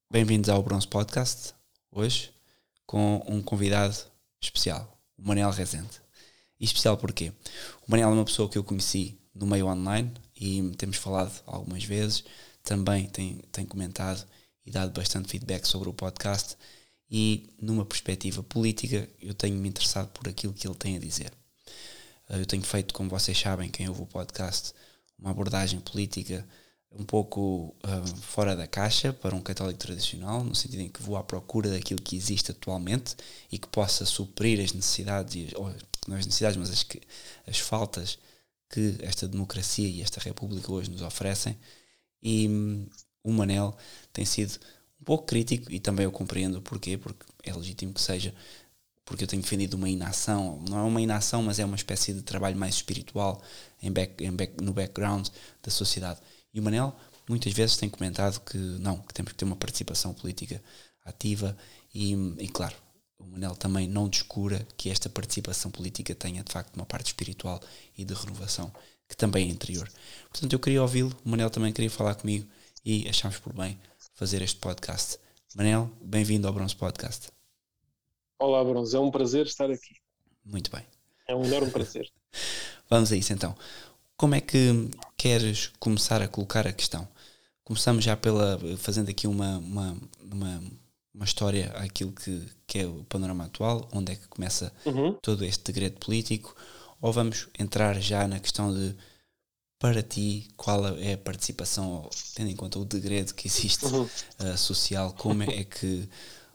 Bem-vindos ao Bronze Podcast, hoje com um convidado especial, o Manel Rezende. E especial porquê? O Manel é uma pessoa que eu conheci no meio online e temos falado algumas vezes, também tem comentado e dado bastante feedback sobre o podcast e numa perspectiva política eu tenho-me interessado por aquilo que ele tem a dizer. Eu tenho feito, como vocês sabem, quem ouve o podcast, uma abordagem política um pouco fora da caixa para um católico tradicional, no sentido em que vou à procura daquilo que existe atualmente e que possa suprir as necessidades, ou não as necessidades, mas as faltas que esta democracia e esta república hoje nos oferecem. E o Manel tem sido um pouco crítico e também eu compreendo o porquê, porque é legítimo que seja, porque eu tenho defendido uma inação, não é uma inação, mas é uma espécie de trabalho mais espiritual no background da sociedade. E o Manel muitas vezes tem comentado que temos que ter uma participação política ativa e claro, o Manel também não descura que esta participação política tenha de facto uma parte espiritual e de renovação, que também é interior. Portanto, eu queria ouvi-lo, o Manel também queria falar comigo e achámos por bem fazer este podcast. Manel, bem-vindo ao Bronze Podcast. Olá, Bronze, é um prazer estar aqui. Muito bem. É um enorme prazer. Vamos a isso então. Como é que queres começar a colocar a questão? Começamos já fazendo aqui uma história àquilo que é o panorama atual, onde é que começa todo este degredo político, ou vamos entrar já na questão de, para ti, qual é a participação, tendo em conta o degredo que existe social, como é que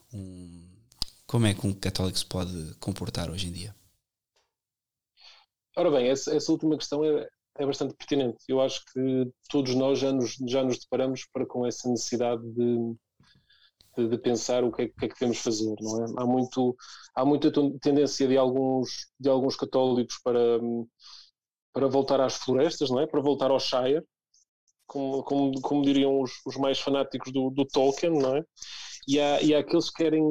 um católico se pode comportar hoje em dia? Ora bem, essa última questão é bastante pertinente. Eu acho que todos nós já nos deparamos com essa necessidade de pensar o que é que devemos fazer, não é? Há muita tendência de alguns católicos para voltar às florestas, não é? Para voltar ao Shire, como diriam os mais fanáticos do Tolkien, não é? E há aqueles que querem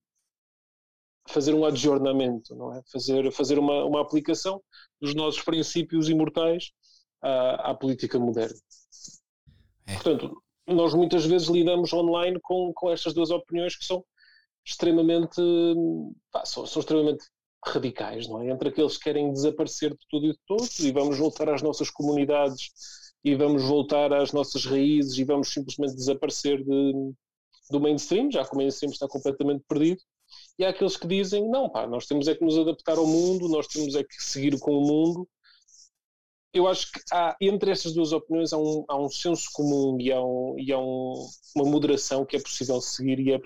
fazer um adjornamento, não é? Fazer uma aplicação dos nossos princípios imortais à política moderna. Portanto, nós muitas vezes lidamos online com estas duas opiniões que são extremamente, são extremamente radicais, não é? Entre aqueles que querem desaparecer de tudo e de todos e vamos voltar às nossas comunidades e vamos voltar às nossas raízes e vamos simplesmente desaparecer do mainstream, já que o mainstream está completamente perdido. E há aqueles que dizem, não, nós temos é que nos adaptar ao mundo, nós temos é que seguir com o mundo. Eu acho que entre estas duas opiniões há um senso comum e há uma moderação que é possível seguir e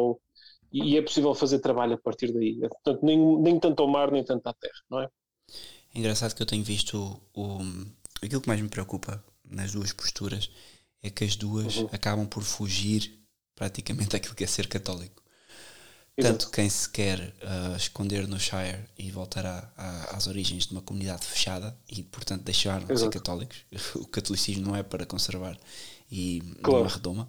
é possível fazer trabalho a partir daí. Portanto, nem tanto ao mar, nem tanto à terra, não é? É engraçado que eu tenho visto aquilo que mais me preocupa nas duas posturas é que as duas acabam por fugir praticamente daquilo que é ser católico. Tanto quem se quer esconder no Shire e voltar às origens de uma comunidade fechada e, portanto, deixar de ser católicos. O catolicismo não é para conservar e não arredoma.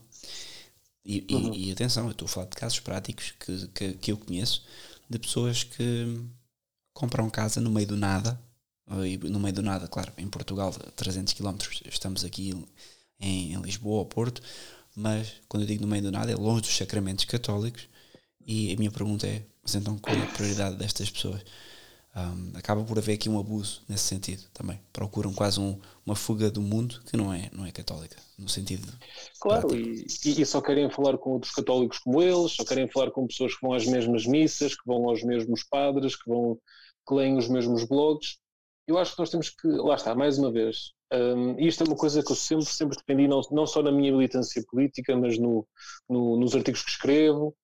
E atenção, eu estou a falar de casos práticos que eu conheço de pessoas que compram casa no meio do nada. E no meio do nada, claro, em Portugal, a 300 km, estamos aqui em Lisboa ou Porto, mas quando eu digo no meio do nada é longe dos sacramentos católicos. E a minha pergunta é, mas então qual é a prioridade destas pessoas? Acaba por haver aqui um abuso nesse sentido também. Procuram quase uma fuga do mundo que não é católica, no sentido claro, prático. E só querem falar com outros católicos como eles, só querem falar com pessoas que vão às mesmas missas, que vão aos mesmos padres, que leem os mesmos blogs. Eu acho que nós temos que, lá está, mais uma vez, isto é uma coisa que eu sempre defendi, não só na minha militância política, mas nos artigos que escrevo,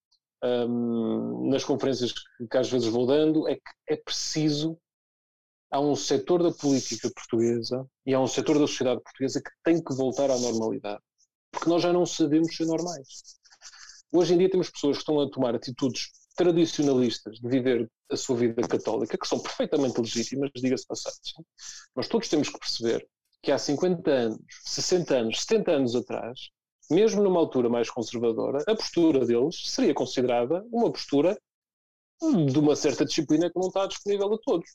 nas conferências que às vezes vou dando, é que é preciso, há um setor da política portuguesa e há um setor da sociedade portuguesa que tem que voltar à normalidade, porque nós já não sabemos ser normais. Hoje em dia temos pessoas que estão a tomar atitudes tradicionalistas de viver a sua vida católica, que são perfeitamente legítimas, diga-se passagem, mas todos temos que perceber que há 50 anos, 60 anos, 70 anos atrás, mesmo numa altura mais conservadora, a postura deles seria considerada uma postura de uma certa disciplina que não está disponível a todos.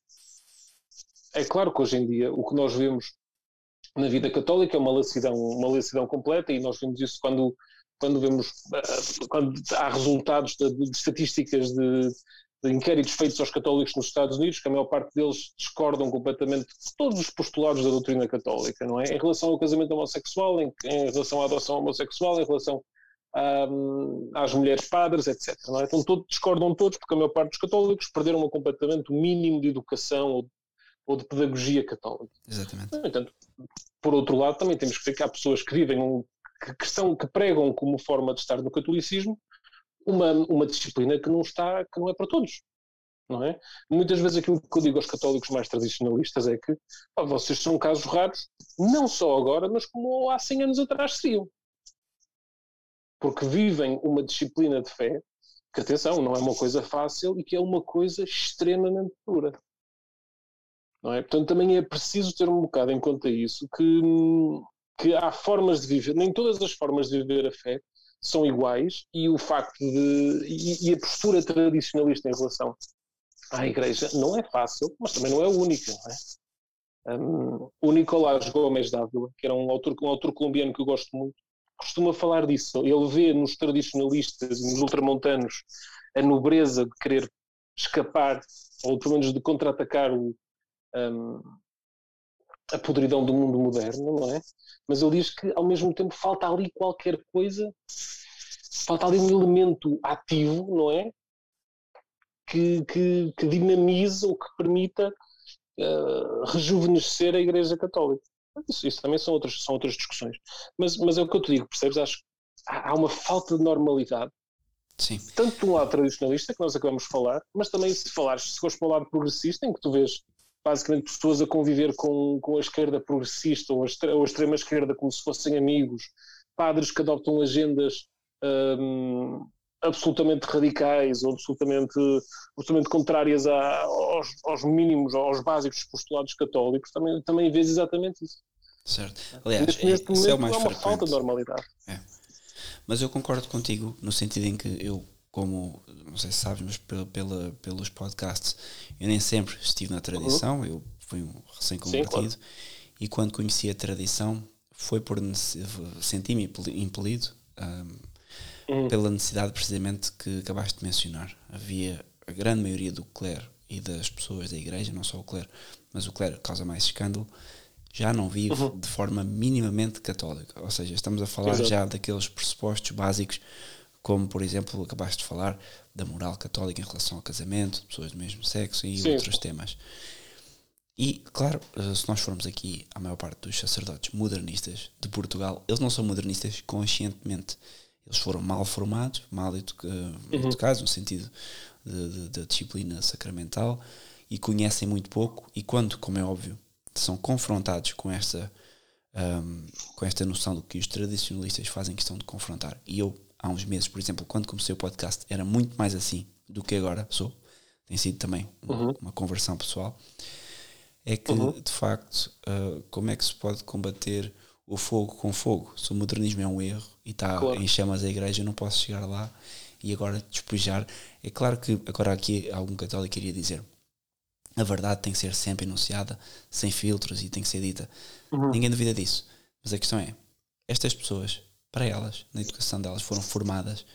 É claro que hoje em dia o que nós vemos na vida católica é uma lassidão completa, e nós vimos isso quando quando há resultados de estatísticas de inquéritos feitos aos católicos nos Estados Unidos, que a maior parte deles discordam completamente de todos os postulados da doutrina católica, não é? Em relação ao casamento homossexual, em relação à adoção homossexual, em relação às mulheres padres, etc. Não é? Então discordam todos, porque a maior parte dos católicos perderam completamente o mínimo de educação ou de pedagogia católica. Exatamente. No entanto, por outro lado, também temos que ver que há pessoas que vivem, que pregam como forma de estar no catolicismo uma disciplina que não é para todos, não é? Muitas vezes aquilo que eu digo aos católicos mais tradicionalistas é que vocês são casos raros, não só agora, mas como há 100 anos atrás seriam. Porque vivem uma disciplina de fé, que atenção, não é uma coisa fácil e que é uma coisa extremamente dura. Não é? Portanto, também é preciso ter um bocado em conta isso, que há formas de viver, nem todas as formas de viver a fé são iguais, e o facto e a postura tradicionalista em relação à Igreja não é fácil, mas também não é única, não é? O Nicolás Gomes Dávila, que era um autor colombiano que eu gosto muito, costuma falar disso. Ele vê nos tradicionalistas, nos ultramontanos, a nobreza de querer escapar, ou pelo menos de contra-atacar a podridão do mundo moderno, não é? Mas ele diz que ao mesmo tempo falta ali qualquer coisa, falta ali um elemento ativo, não é? Que dinamize ou que permita rejuvenescer a Igreja Católica. Isso também são outras discussões. Mas é o que eu te digo, percebes? Acho que há uma falta de normalidade. Sim. Tanto do lado tradicionalista, que nós acabamos de falar, mas também se fores para o lado progressista, em que tu vês basicamente pessoas a conviver com a esquerda progressista ou a extrema esquerda como se fossem amigos, padres que adoptam agendas absolutamente radicais ou absolutamente contrárias aos mínimos, aos básicos postulados católicos, também vês exatamente isso. Certo. Aliás, neste momento é o mais há uma frequente. falta de normalidade. É. Mas eu concordo contigo no sentido em que eu, como, não sei se sabes, mas pelos podcasts, eu nem sempre estive na tradição, eu fui um recém-convertido, claro. E quando conheci a tradição foi por senti-me impelido pela necessidade precisamente que acabaste de mencionar. Havia a grande maioria do clero e das pessoas da igreja, não só o clero, mas o clero causa mais escândalo, já não vive de forma minimamente católica. Ou seja, estamos a falar já daqueles pressupostos básicos, como, por exemplo, acabaste de falar da moral católica em relação ao casamento, de pessoas do mesmo sexo e outros temas. E, claro, se nós formos aqui, a maior parte dos sacerdotes modernistas de Portugal, eles não são modernistas conscientemente. Eles foram mal formados, mal educados, no sentido da disciplina sacramental, e conhecem muito pouco, e quando, como é óbvio, são confrontados com esta noção do que os tradicionalistas fazem questão de confrontar. E eu, há uns meses, por exemplo, quando comecei o podcast, era muito mais assim do que agora sou. Tem sido também uma conversão pessoal. É que, de facto, como é que se pode combater o fogo com fogo? Se o modernismo é um erro e está em chamas a igreja, eu não posso chegar lá e agora despejar. É claro que agora aqui algum católico iria dizer: a verdade tem que ser sempre enunciada, sem filtros, e tem que ser dita. Ninguém duvida disso. Mas a questão é, estas pessoas, para elas, na educação delas, foram formadas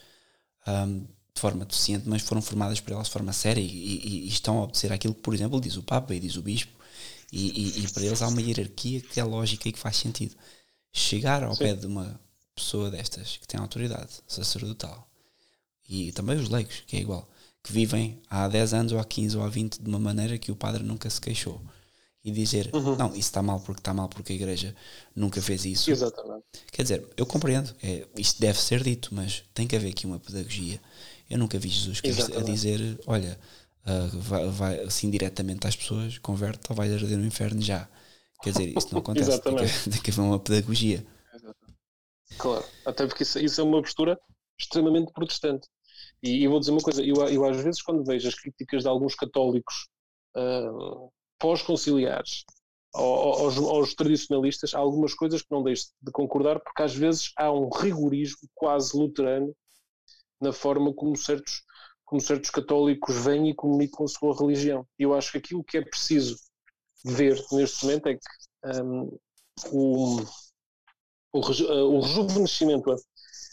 de forma deficiente, mas foram formadas para elas de forma séria e estão a obedecer àquilo que, por exemplo, diz o Papa e diz o Bispo, e para eles há uma hierarquia que é lógica e que faz sentido. Chegar ao pé de uma pessoa destas, que tem autoridade sacerdotal, e também os leigos, que é igual, que vivem há 10 anos ou há 15 ou há 20 de uma maneira que o padre nunca se queixou, e dizer, não, isso está mal porque a igreja nunca fez isso. Exatamente. Quer dizer, eu compreendo, isto deve ser dito, mas tem que haver aqui uma pedagogia. Eu nunca vi Jesus a dizer, olha, vai assim diretamente às pessoas, converte ou vais arder no inferno já. Quer dizer, isso não acontece. Tem que haver uma pedagogia. Exatamente. Claro, até porque isso é uma postura extremamente protestante. E vou dizer uma coisa, eu às vezes quando vejo as críticas de alguns católicos pós-conciliares aos tradicionalistas, há algumas coisas que não deixo de concordar, porque às vezes há um rigorismo quase luterano na forma como certos católicos vêm e comunicam a sua religião. E eu acho que aquilo que é preciso ver neste momento é que o rejuvenescimento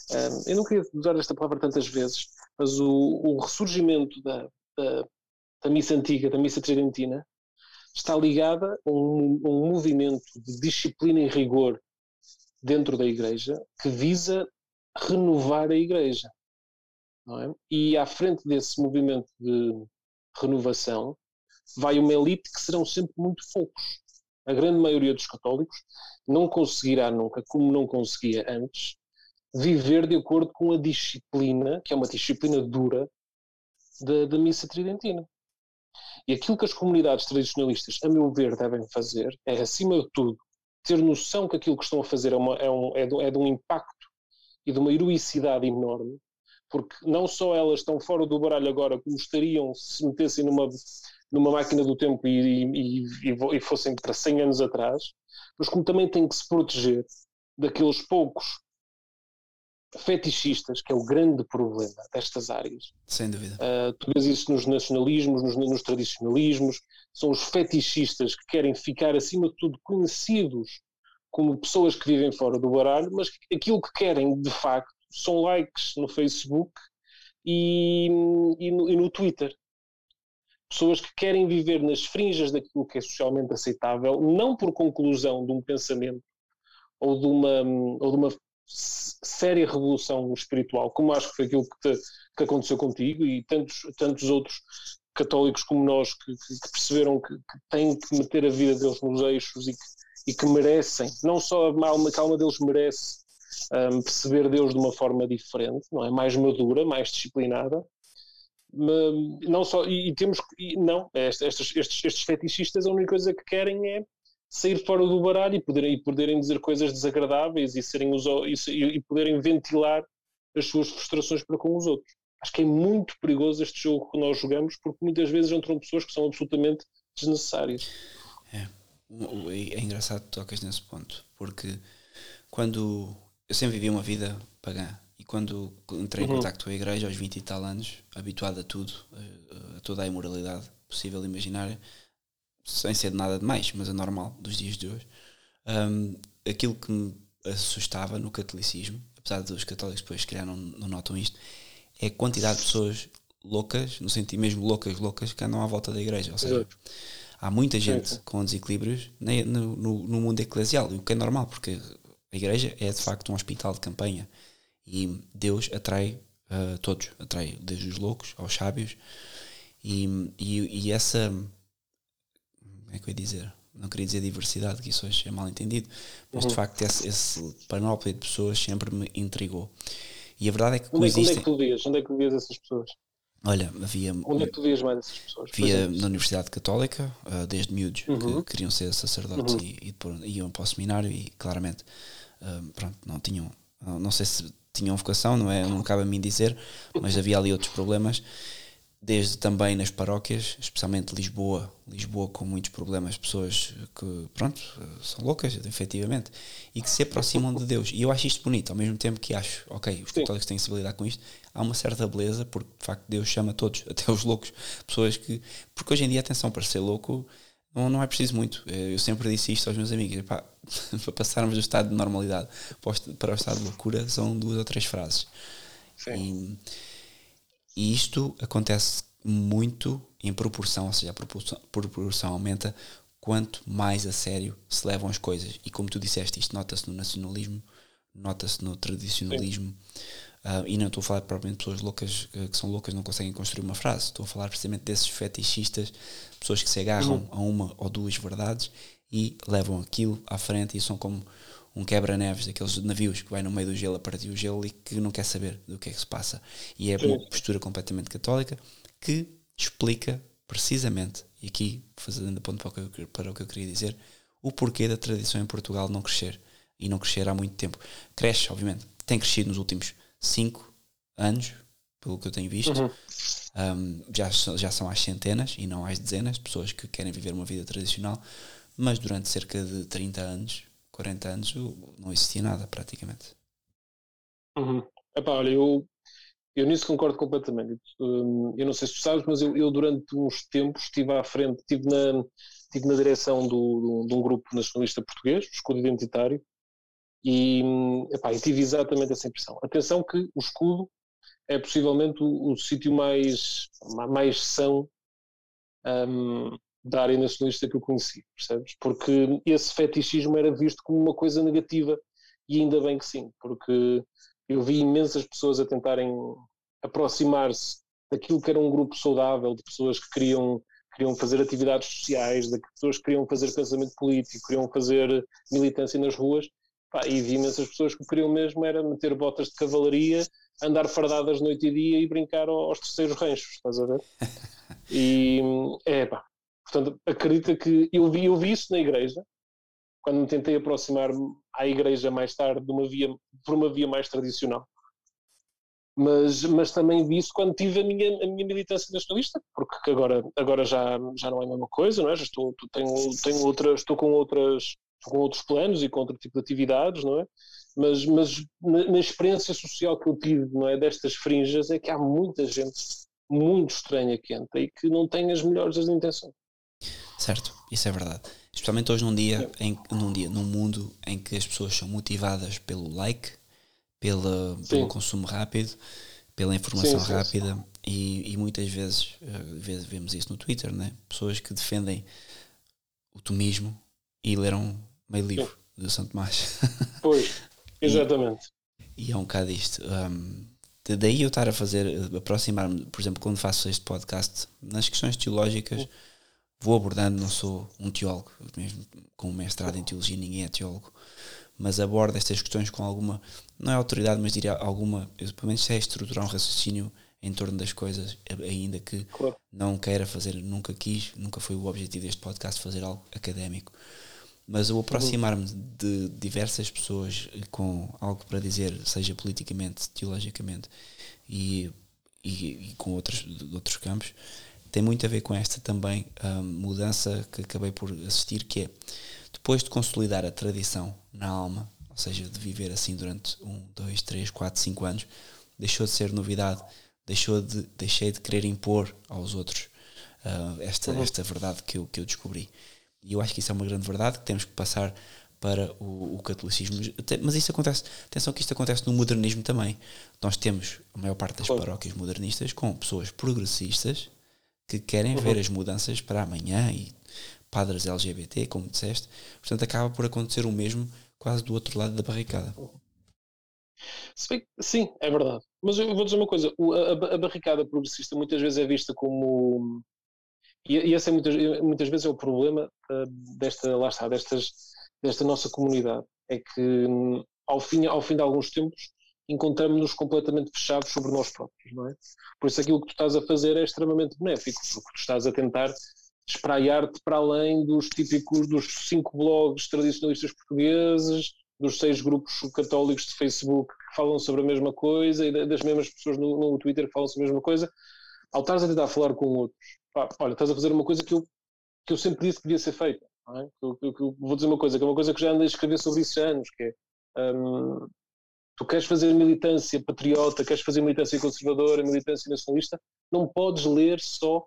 Eu não queria usar esta palavra tantas vezes, mas o ressurgimento da missa antiga, da missa tridentina, está ligada a um movimento de disciplina e rigor dentro da Igreja que visa renovar a Igreja, não é? E à frente desse movimento de renovação vai uma elite que serão sempre muito poucos. A grande maioria dos católicos não conseguirá nunca, como não conseguia antes, viver de acordo com a disciplina, que é uma disciplina dura, da missa tridentina. E aquilo que as comunidades tradicionalistas, a meu ver, devem fazer é, acima de tudo, ter noção que aquilo que estão a fazer é de um impacto e de uma heroicidade enorme, porque não só elas estão fora do baralho agora, como estariam se metessem numa máquina do tempo e fossem para 100 anos atrás, mas como também têm que se proteger daqueles poucos fetichistas, que é o grande problema destas áreas. Sem dúvida. Tu vês isso nos nacionalismos, nos tradicionalismos, são os fetichistas que querem ficar, acima de tudo, conhecidos como pessoas que vivem fora do baralho, mas aquilo que querem, de facto, são likes no Facebook e no Twitter. Pessoas que querem viver nas frinjas daquilo que é socialmente aceitável, não por conclusão de um pensamento ou de uma séria revolução espiritual, como acho que foi aquilo que aconteceu contigo e tantos outros católicos como nós que perceberam que têm que meter a vida deles nos eixos e que merecem, não só a alma deles merece perceber Deus de uma forma diferente, não é? Mais madura, mais disciplinada. Não só, estes fetichistas a única coisa que querem é sair fora do baralho e poderem dizer coisas desagradáveis e poderem ventilar as suas frustrações para com os outros. Acho que é muito perigoso este jogo que nós jogamos, porque muitas vezes entram pessoas que são absolutamente desnecessárias. É engraçado que tocas nesse ponto, porque quando eu sempre vivi uma vida pagã e quando entrei em contacto com a igreja aos 20 e tal anos, habituado a tudo, a toda a imoralidade possível e imaginária, sem ser de nada demais, mas é normal dos dias de hoje, aquilo que me assustava no catolicismo, apesar dos católicos depois se calhar não notam isto, é a quantidade de pessoas loucas, no sentido mesmo loucas que andam à volta da igreja, ou seja, há muita gente com desequilíbrios no mundo eclesial, o que é normal, porque a igreja é de facto um hospital de campanha e Deus atrai todos, atrai desde os loucos aos sábios e essa, como é que eu ia dizer? Não queria dizer diversidade, que isso hoje é mal entendido, mas de facto esse panóplia de pessoas sempre me intrigou. E a verdade é que Onde é que tu vias essas pessoas? Olha, havia... Onde é que tu vias mais essas pessoas? Via na Universidade Católica, desde miúdos, que queriam ser sacerdotes e iam para o seminário e claramente, pronto, não sei se tinham vocação, não cabe a mim dizer, mas havia ali outros problemas, desde também nas paróquias, especialmente Lisboa com muitos problemas, pessoas que, pronto, são loucas, efetivamente, e que se aproximam de Deus. E eu acho isto bonito, ao mesmo tempo que acho, ok, os católicos têm que se lidar com isto, há uma certa beleza, porque de facto Deus chama todos, até os loucos, pessoas que... Porque hoje em dia, atenção, para ser louco não é preciso muito. Eu sempre disse isto aos meus amigos, para passarmos do estado de normalidade para o estado de loucura são 2 ou 3 frases. E isto acontece muito em proporção, ou seja, a proporção aumenta quanto mais a sério se levam as coisas. E como tu disseste, isto nota-se no nacionalismo, nota-se no tradicionalismo, e não estou a falar propriamente de pessoas loucas que são loucas, não conseguem construir uma frase. Estou a falar precisamente desses fetichistas, pessoas que se agarram a uma ou 2 verdades e levam aquilo à frente e são como um quebra-neves daqueles navios que vai no meio do gelo a partir do gelo e que não quer saber do que é que se passa. E é uma postura completamente católica que explica precisamente, e aqui fazendo a ponto para o que eu queria dizer, o porquê da tradição em Portugal não crescer. E não crescer há muito tempo. Cresce, obviamente. Tem crescido nos últimos 5 anos, pelo que eu tenho visto. Já são às centenas e não às dezenas de pessoas que querem viver uma vida tradicional, mas durante cerca de 30 anos, 40 anos, não existia nada, praticamente. Epá, olha, eu nisso concordo completamente. Eu não sei se tu sabes, mas eu durante uns tempos estive à frente, estive na direção de um grupo nacionalista português, o Escudo Identitário, e tive exatamente essa impressão. Atenção que o escudo é possivelmente o sítio mais são da área nacionalista que eu conheci, percebes? Porque esse fetichismo era visto como uma coisa negativa, e ainda bem que sim, porque eu vi imensas pessoas a tentarem aproximar-se daquilo que era um grupo saudável, de pessoas que queriam fazer atividades sociais, de pessoas que queriam fazer pensamento político, queriam fazer militância nas ruas, e vi imensas pessoas que queriam mesmo era meter botas de cavalaria, andar fardadas noite e dia e brincar aos terceiros ranchos, estás a ver? E portanto, acredita que eu vi isso na igreja, quando me tentei aproximar-me à igreja mais tarde por uma via mais tradicional. Mas também vi isso quando tive a minha militância nacionalista, porque agora já não é a mesma coisa, não é? Já estou com outros planos e com outro tipo de atividades, não é? Mas na experiência social que eu tive, não é, destas frinjas, é que há muita gente muito estranha que entra e que não tem as melhores das intenções. Certo, isso é verdade. Especialmente hoje num mundo em que as pessoas são motivadas pelo like, pelo consumo rápido, pela informação rápida. E muitas vezes vemos isso no Twitter, né? Pessoas que defendem o tomismo e leram meio livro de Santo Tomás. Pois, exatamente. E é um bocado isto. Daí eu estar a aproximar-me, por exemplo, quando faço este podcast, nas questões teológicas, vou abordando, não sou um teólogo, mesmo com um mestrado em teologia, ninguém é teólogo, mas abordo estas questões com alguma, não é autoridade, mas diria alguma, pelo menos sei estruturar um raciocínio em torno das coisas, ainda que não queira fazer, nunca foi o objetivo deste podcast fazer algo académico, mas eu aproximar-me de diversas pessoas com algo para dizer, seja politicamente, teologicamente e com outros campos, tem muito a ver com esta também mudança que acabei por assistir, que é, depois de consolidar a tradição na alma, ou seja, de viver assim durante 1, 2, 3, 4, 5 anos, deixou de ser novidade, deixei de querer impor aos outros esta verdade que eu descobri. E eu acho que isso é uma grande verdade, que temos que passar para o catolicismo. Mas isso acontece, atenção que isto acontece no modernismo também. Nós temos a maior parte das paróquias modernistas com pessoas progressistas que querem ver as mudanças para amanhã e padres LGBT, como disseste. Portanto, acaba por acontecer o mesmo quase do outro lado da barricada. Sim, é verdade. Mas eu vou dizer uma coisa, a barricada progressista muitas vezes é vista como... E esse é muitas vezes é o problema desta nossa comunidade. É que ao fim de alguns tempos encontramos-nos completamente fechados sobre nós próprios, não é? Por isso aquilo que tu estás a fazer é extremamente benéfico, porque tu estás a tentar espraiar-te para além dos 5 blogs tradicionalistas portugueses, dos 6 grupos católicos de Facebook que falam sobre a mesma coisa e das mesmas pessoas no Twitter que falam sobre a mesma coisa, ao estares a tentar falar com outros. Olha, estás a fazer uma coisa que eu sempre disse que devia ser feita, não é? Eu vou dizer uma coisa, que é uma coisa que já andei a escrever sobre isso há anos, que é tu queres fazer militância patriota, queres fazer militância conservadora, militância nacionalista, não podes ler só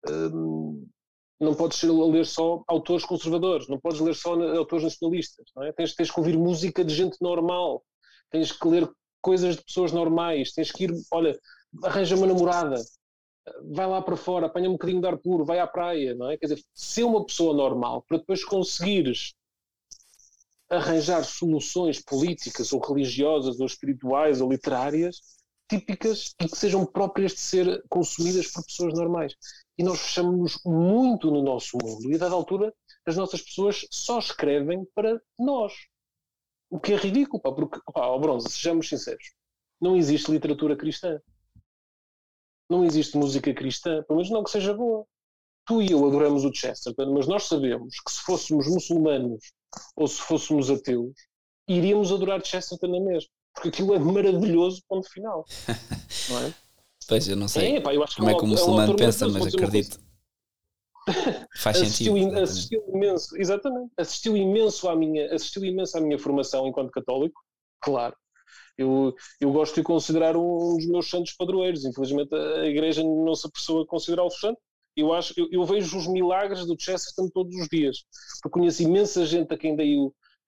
autores conservadores, não podes ler só autores nacionalistas, não é? Tens que ouvir música de gente normal, tens que ler coisas de pessoas normais, tens que ir, olha, arranja uma namorada, vai lá para fora, apanha um bocadinho de ar puro, vai à praia, não é? Quer dizer, ser uma pessoa normal para depois conseguires arranjar soluções políticas ou religiosas ou espirituais ou literárias típicas e que sejam próprias de ser consumidas por pessoas normais. E nós fechamos-nos muito no nosso mundo e a dada altura as nossas pessoas só escrevem para nós. O que é ridículo, porque, Bronze, sejamos sinceros, não existe literatura cristã. Não existe música cristã, pelo menos não que seja boa. Tu e eu adoramos o Chesterton, mas nós sabemos que se fôssemos muçulmanos ou se fôssemos ateus, iríamos adorar Chesterton na mesma. Porque aquilo é maravilhoso, ponto final. Não é? Pois, eu não sei eu acho como é que o muçulmano pensa, mas acredito. Faz assistiu sentido. imenso, exatamente. Assistiu imenso à minha formação enquanto católico, claro. Eu gosto de considerar um dos meus santos padroeiros. Infelizmente a Igreja não se apressou a considerá-lo santo. Eu vejo os milagres do Chesterton todos os dias. Eu conheço imensa gente a quem dei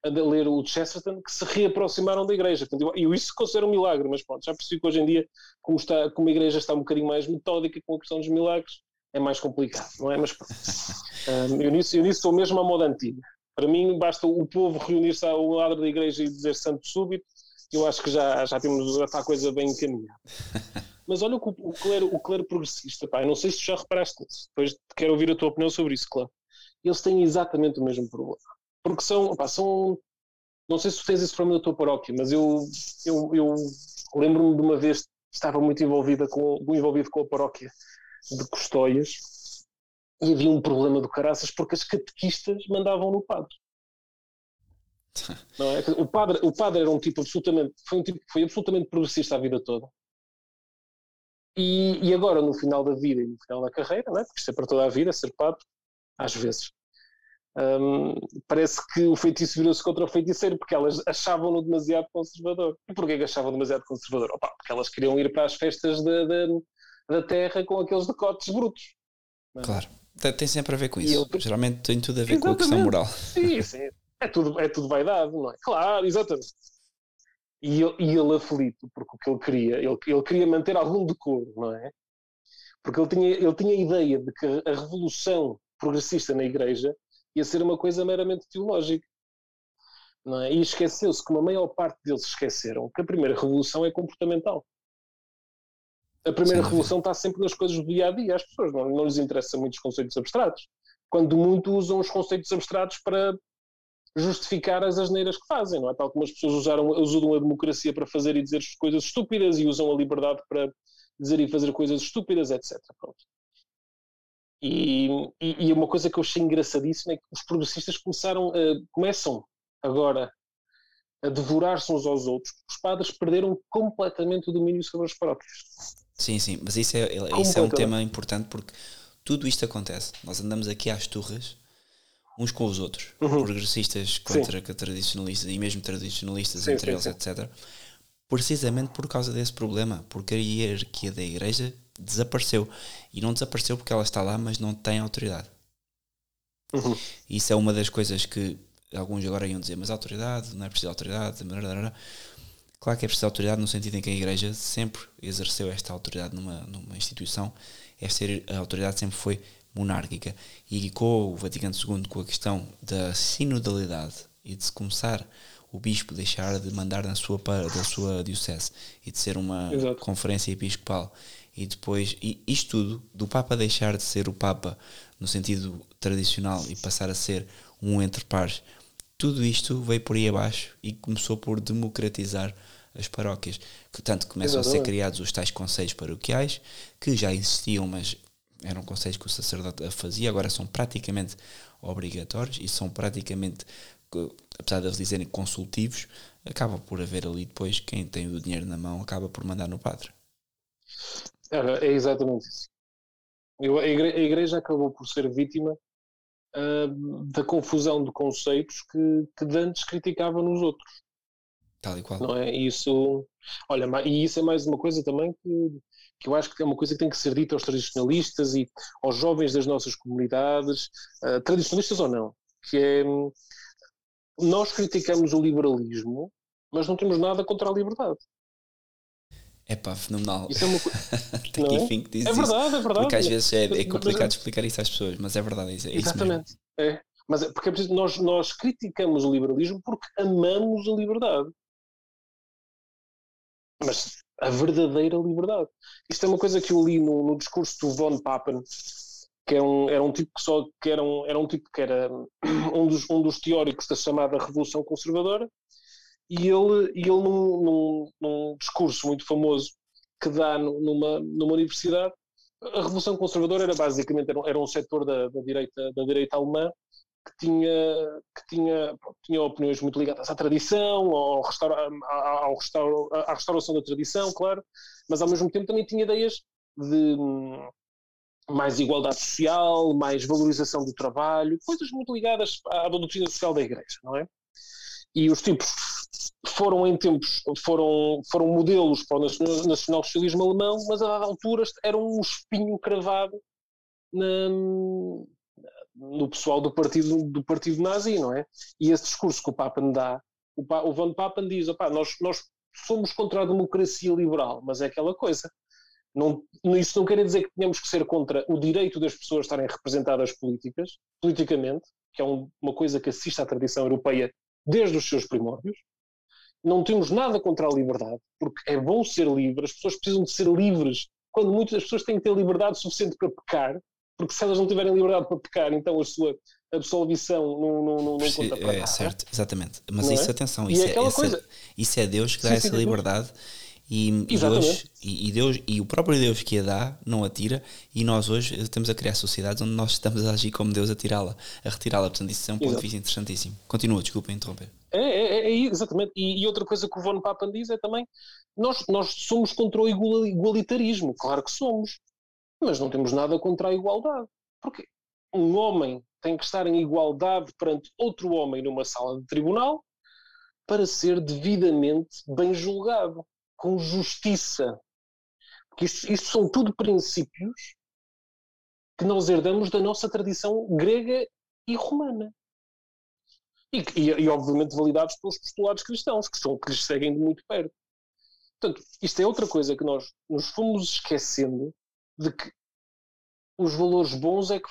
a ler o Chesterton, que se reaproximaram da igreja. Portanto, eu isso considero um milagre, mas pronto, já percebi que hoje em dia, como a igreja está um bocadinho mais metódica com a questão dos milagres, é mais complicado, não é? Mas pronto. Eu nisso sou mesmo à moda antiga. Para mim, basta o povo reunir-se ao lado da igreja e dizer santo súbito, eu acho que já está a coisa bem encaminhada. Mas olha o clero progressista, pá, eu não sei se tu já reparaste nisso, depois quero ouvir a tua opinião sobre isso, claro. Eles têm exatamente o mesmo problema. Porque são, não sei se tu tens esse problema na tua paróquia, mas eu lembro-me de uma vez que estava muito envolvido com a paróquia de Custóias e havia um problema do caraças porque as catequistas mandavam no padre. Não é? O padre era um tipo absolutamente, foi absolutamente progressista a vida toda. E agora, no final da vida e no final da carreira, não é? Porque isto é para toda a vida, ser padre, às vezes, parece que o feitiço virou-se contra o feiticeiro, porque elas achavam-no demasiado conservador. E porquê que achavam demasiado conservador? Opa, porque elas queriam ir para as festas da terra com aqueles decotes brutos. É? Claro, tem sempre a ver com isso. Geralmente tem tudo a ver com a questão moral. Sim, sim. É tudo vaidade, não é? Claro, exatamente. E ele aflito, porque o que ele queria, ele queria manter algum decoro, não é? Porque ele tinha a ideia de que a revolução progressista na igreja ia ser uma coisa meramente teológica, não é? E esqueceu-se, como a maior parte deles esqueceram, que a primeira revolução é comportamental. A primeira revolução está sempre nas coisas do dia-a-dia. As pessoas não lhes interessam muito os conceitos abstratos. Quando muito usam os conceitos abstratos para justificar as asneiras que fazem, não é? Tal como as pessoas usam a democracia para fazer e dizer coisas estúpidas e usam a liberdade para dizer e fazer coisas estúpidas, etc. Pronto. E uma coisa que eu achei engraçadíssima é que os progressistas começam agora a devorar-se uns aos outros, porque os padres perderam completamente o domínio sobre as paróquias. Sim, mas isso é um tema importante porque tudo isto acontece. Nós andamos aqui às turras uns com os outros, progressistas contra tradicionalistas e mesmo tradicionalistas entre eles, etc. Precisamente por causa desse problema, porque a hierarquia da igreja desapareceu. E não desapareceu porque ela está lá, mas não tem autoridade. Isso é uma das coisas que alguns agora iam dizer, mas a autoridade, não é preciso autoridade. Claro que é preciso autoridade no sentido em que a igreja sempre exerceu esta autoridade numa instituição. A autoridade sempre foi monárquica, e com o Vaticano II, com a questão da sinodalidade e de se começar o bispo deixar de mandar da sua diocese e de ser uma conferência episcopal, e depois isto tudo, do Papa deixar de ser o Papa no sentido tradicional e passar a ser um entre pares, tudo isto veio por aí abaixo e começou por democratizar as paróquias, que tanto começam a ser criados os tais conselhos paroquiais, que já existiam, mas eram conselhos que o sacerdote fazia, agora são praticamente obrigatórios e são praticamente, apesar de eles dizerem consultivos, acaba por haver ali depois quem tem o dinheiro na mão acaba por mandar no padre. É exatamente isso. A igreja acabou por ser vítima da confusão de conceitos que antes criticava nos outros. Tal e qual. Não é? Isso, olha, e isso é mais uma coisa também que eu acho que é uma coisa que tem que ser dita aos tradicionalistas e aos jovens das nossas comunidades, tradicionalistas ou não, que é, nós criticamos o liberalismo, mas não temos nada contra a liberdade. É pá, fenomenal. Isso é uma Tem que enfim que diz é verdade, isso, é verdade. porque às vezes é complicado explicar isso às pessoas, mas é verdade, é exatamente, isso mesmo. Mas porque é preciso, nós criticamos o liberalismo porque amamos a liberdade. Mas a verdadeira liberdade. Isto é uma coisa que eu li no discurso do von Papen, que era um tipo era um dos teóricos da chamada Revolução Conservadora, e ele num discurso muito famoso que dá numa universidade, a Revolução Conservadora era basicamente era um setor da direita alemã que tinha opiniões muito ligadas à tradição, à restauração da tradição, claro, mas ao mesmo tempo também tinha ideias de mais igualdade social, mais valorização do trabalho, coisas muito ligadas à doutrina social da Igreja, não é? E os tipos foram modelos para o nacional-socialismo alemão, mas a dada altura eram um espinho cravado no pessoal do partido nazi, não é? E esse discurso que o Papen dá, o Von Papen diz, nós somos contra a democracia liberal, mas é aquela coisa. Isso não quer dizer que tenhamos que ser contra o direito das pessoas estarem representadas politicamente, que é uma coisa que assiste à tradição europeia desde os seus primórdios. Não temos nada contra a liberdade, porque é bom ser livre, as pessoas precisam de ser livres, quando muitas das pessoas têm que ter liberdade suficiente para pecar, porque se elas não tiverem liberdade para pecar, então a sua absolvição não conta para nada. Certo, exatamente. Mas não isso, é? atenção, Isso é Deus que dá essa liberdade. E Deus, e o próprio Deus que a dá não a tira, e nós hoje estamos a criar sociedades onde nós estamos a agir como Deus a retirá-la. Portanto, isso é um ponto de vista interessantíssimo. Continua, desculpa interromper. Exatamente. E outra coisa que o Von Papen diz é também, nós somos contra o igualitarismo, claro que somos, mas não temos nada contra a igualdade. Porque um homem tem que estar em igualdade perante outro homem numa sala de tribunal para ser devidamente bem julgado, com justiça. Porque isto são tudo princípios que nós herdamos da nossa tradição grega e romana. E obviamente validados pelos postulados cristãos, que lhes seguem de muito perto. Portanto, isto é outra coisa que nós nos fomos esquecendo, de que os valores bons é que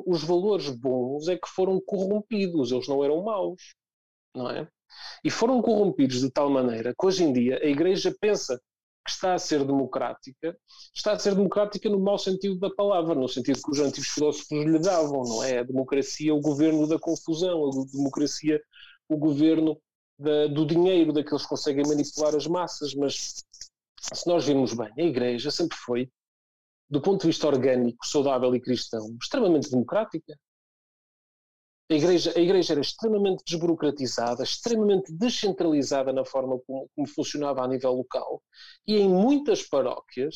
foram corrompidos, eles não eram maus, não é? E foram corrompidos de tal maneira que hoje em dia a Igreja pensa que está a ser democrática no mau sentido da palavra, no sentido que os antigos filósofos lhe davam, não é? A democracia, o governo da confusão, a democracia, o governo do dinheiro, daqueles que conseguem manipular as massas. Mas se nós virmos bem, a Igreja sempre foi, do ponto de vista orgânico, saudável e cristão, extremamente democrática. A igreja era extremamente desburocratizada, extremamente descentralizada na forma como funcionava a nível local, e em muitas paróquias,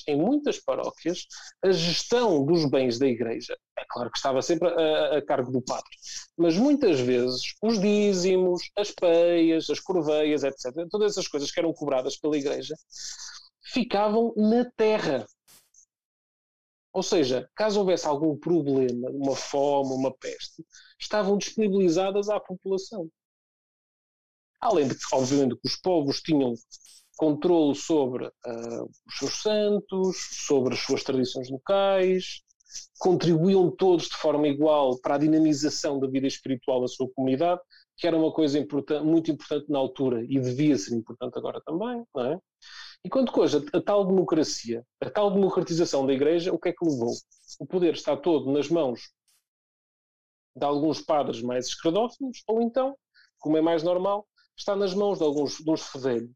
a gestão dos bens da igreja, é claro que estava sempre a cargo do padre, mas muitas vezes os dízimos, as peias, as corveias, etc., todas essas coisas que eram cobradas pela igreja, ficavam na terra. Ou seja, caso houvesse algum problema, uma fome, uma peste, estavam disponibilizadas à população. Além de que, obviamente, que os povos tinham controle sobre os seus santos, sobre as suas tradições locais, contribuíam todos de forma igual para a dinamização da vida espiritual da sua comunidade, que era uma coisa muito importante na altura e devia ser importante agora também, não é? Enquanto que hoje a tal democracia, a tal democratização da Igreja, o que é que levou? O poder está todo nas mãos de alguns padres mais escredófilos, ou então, como é mais normal, está nas mãos de uns fedelhos,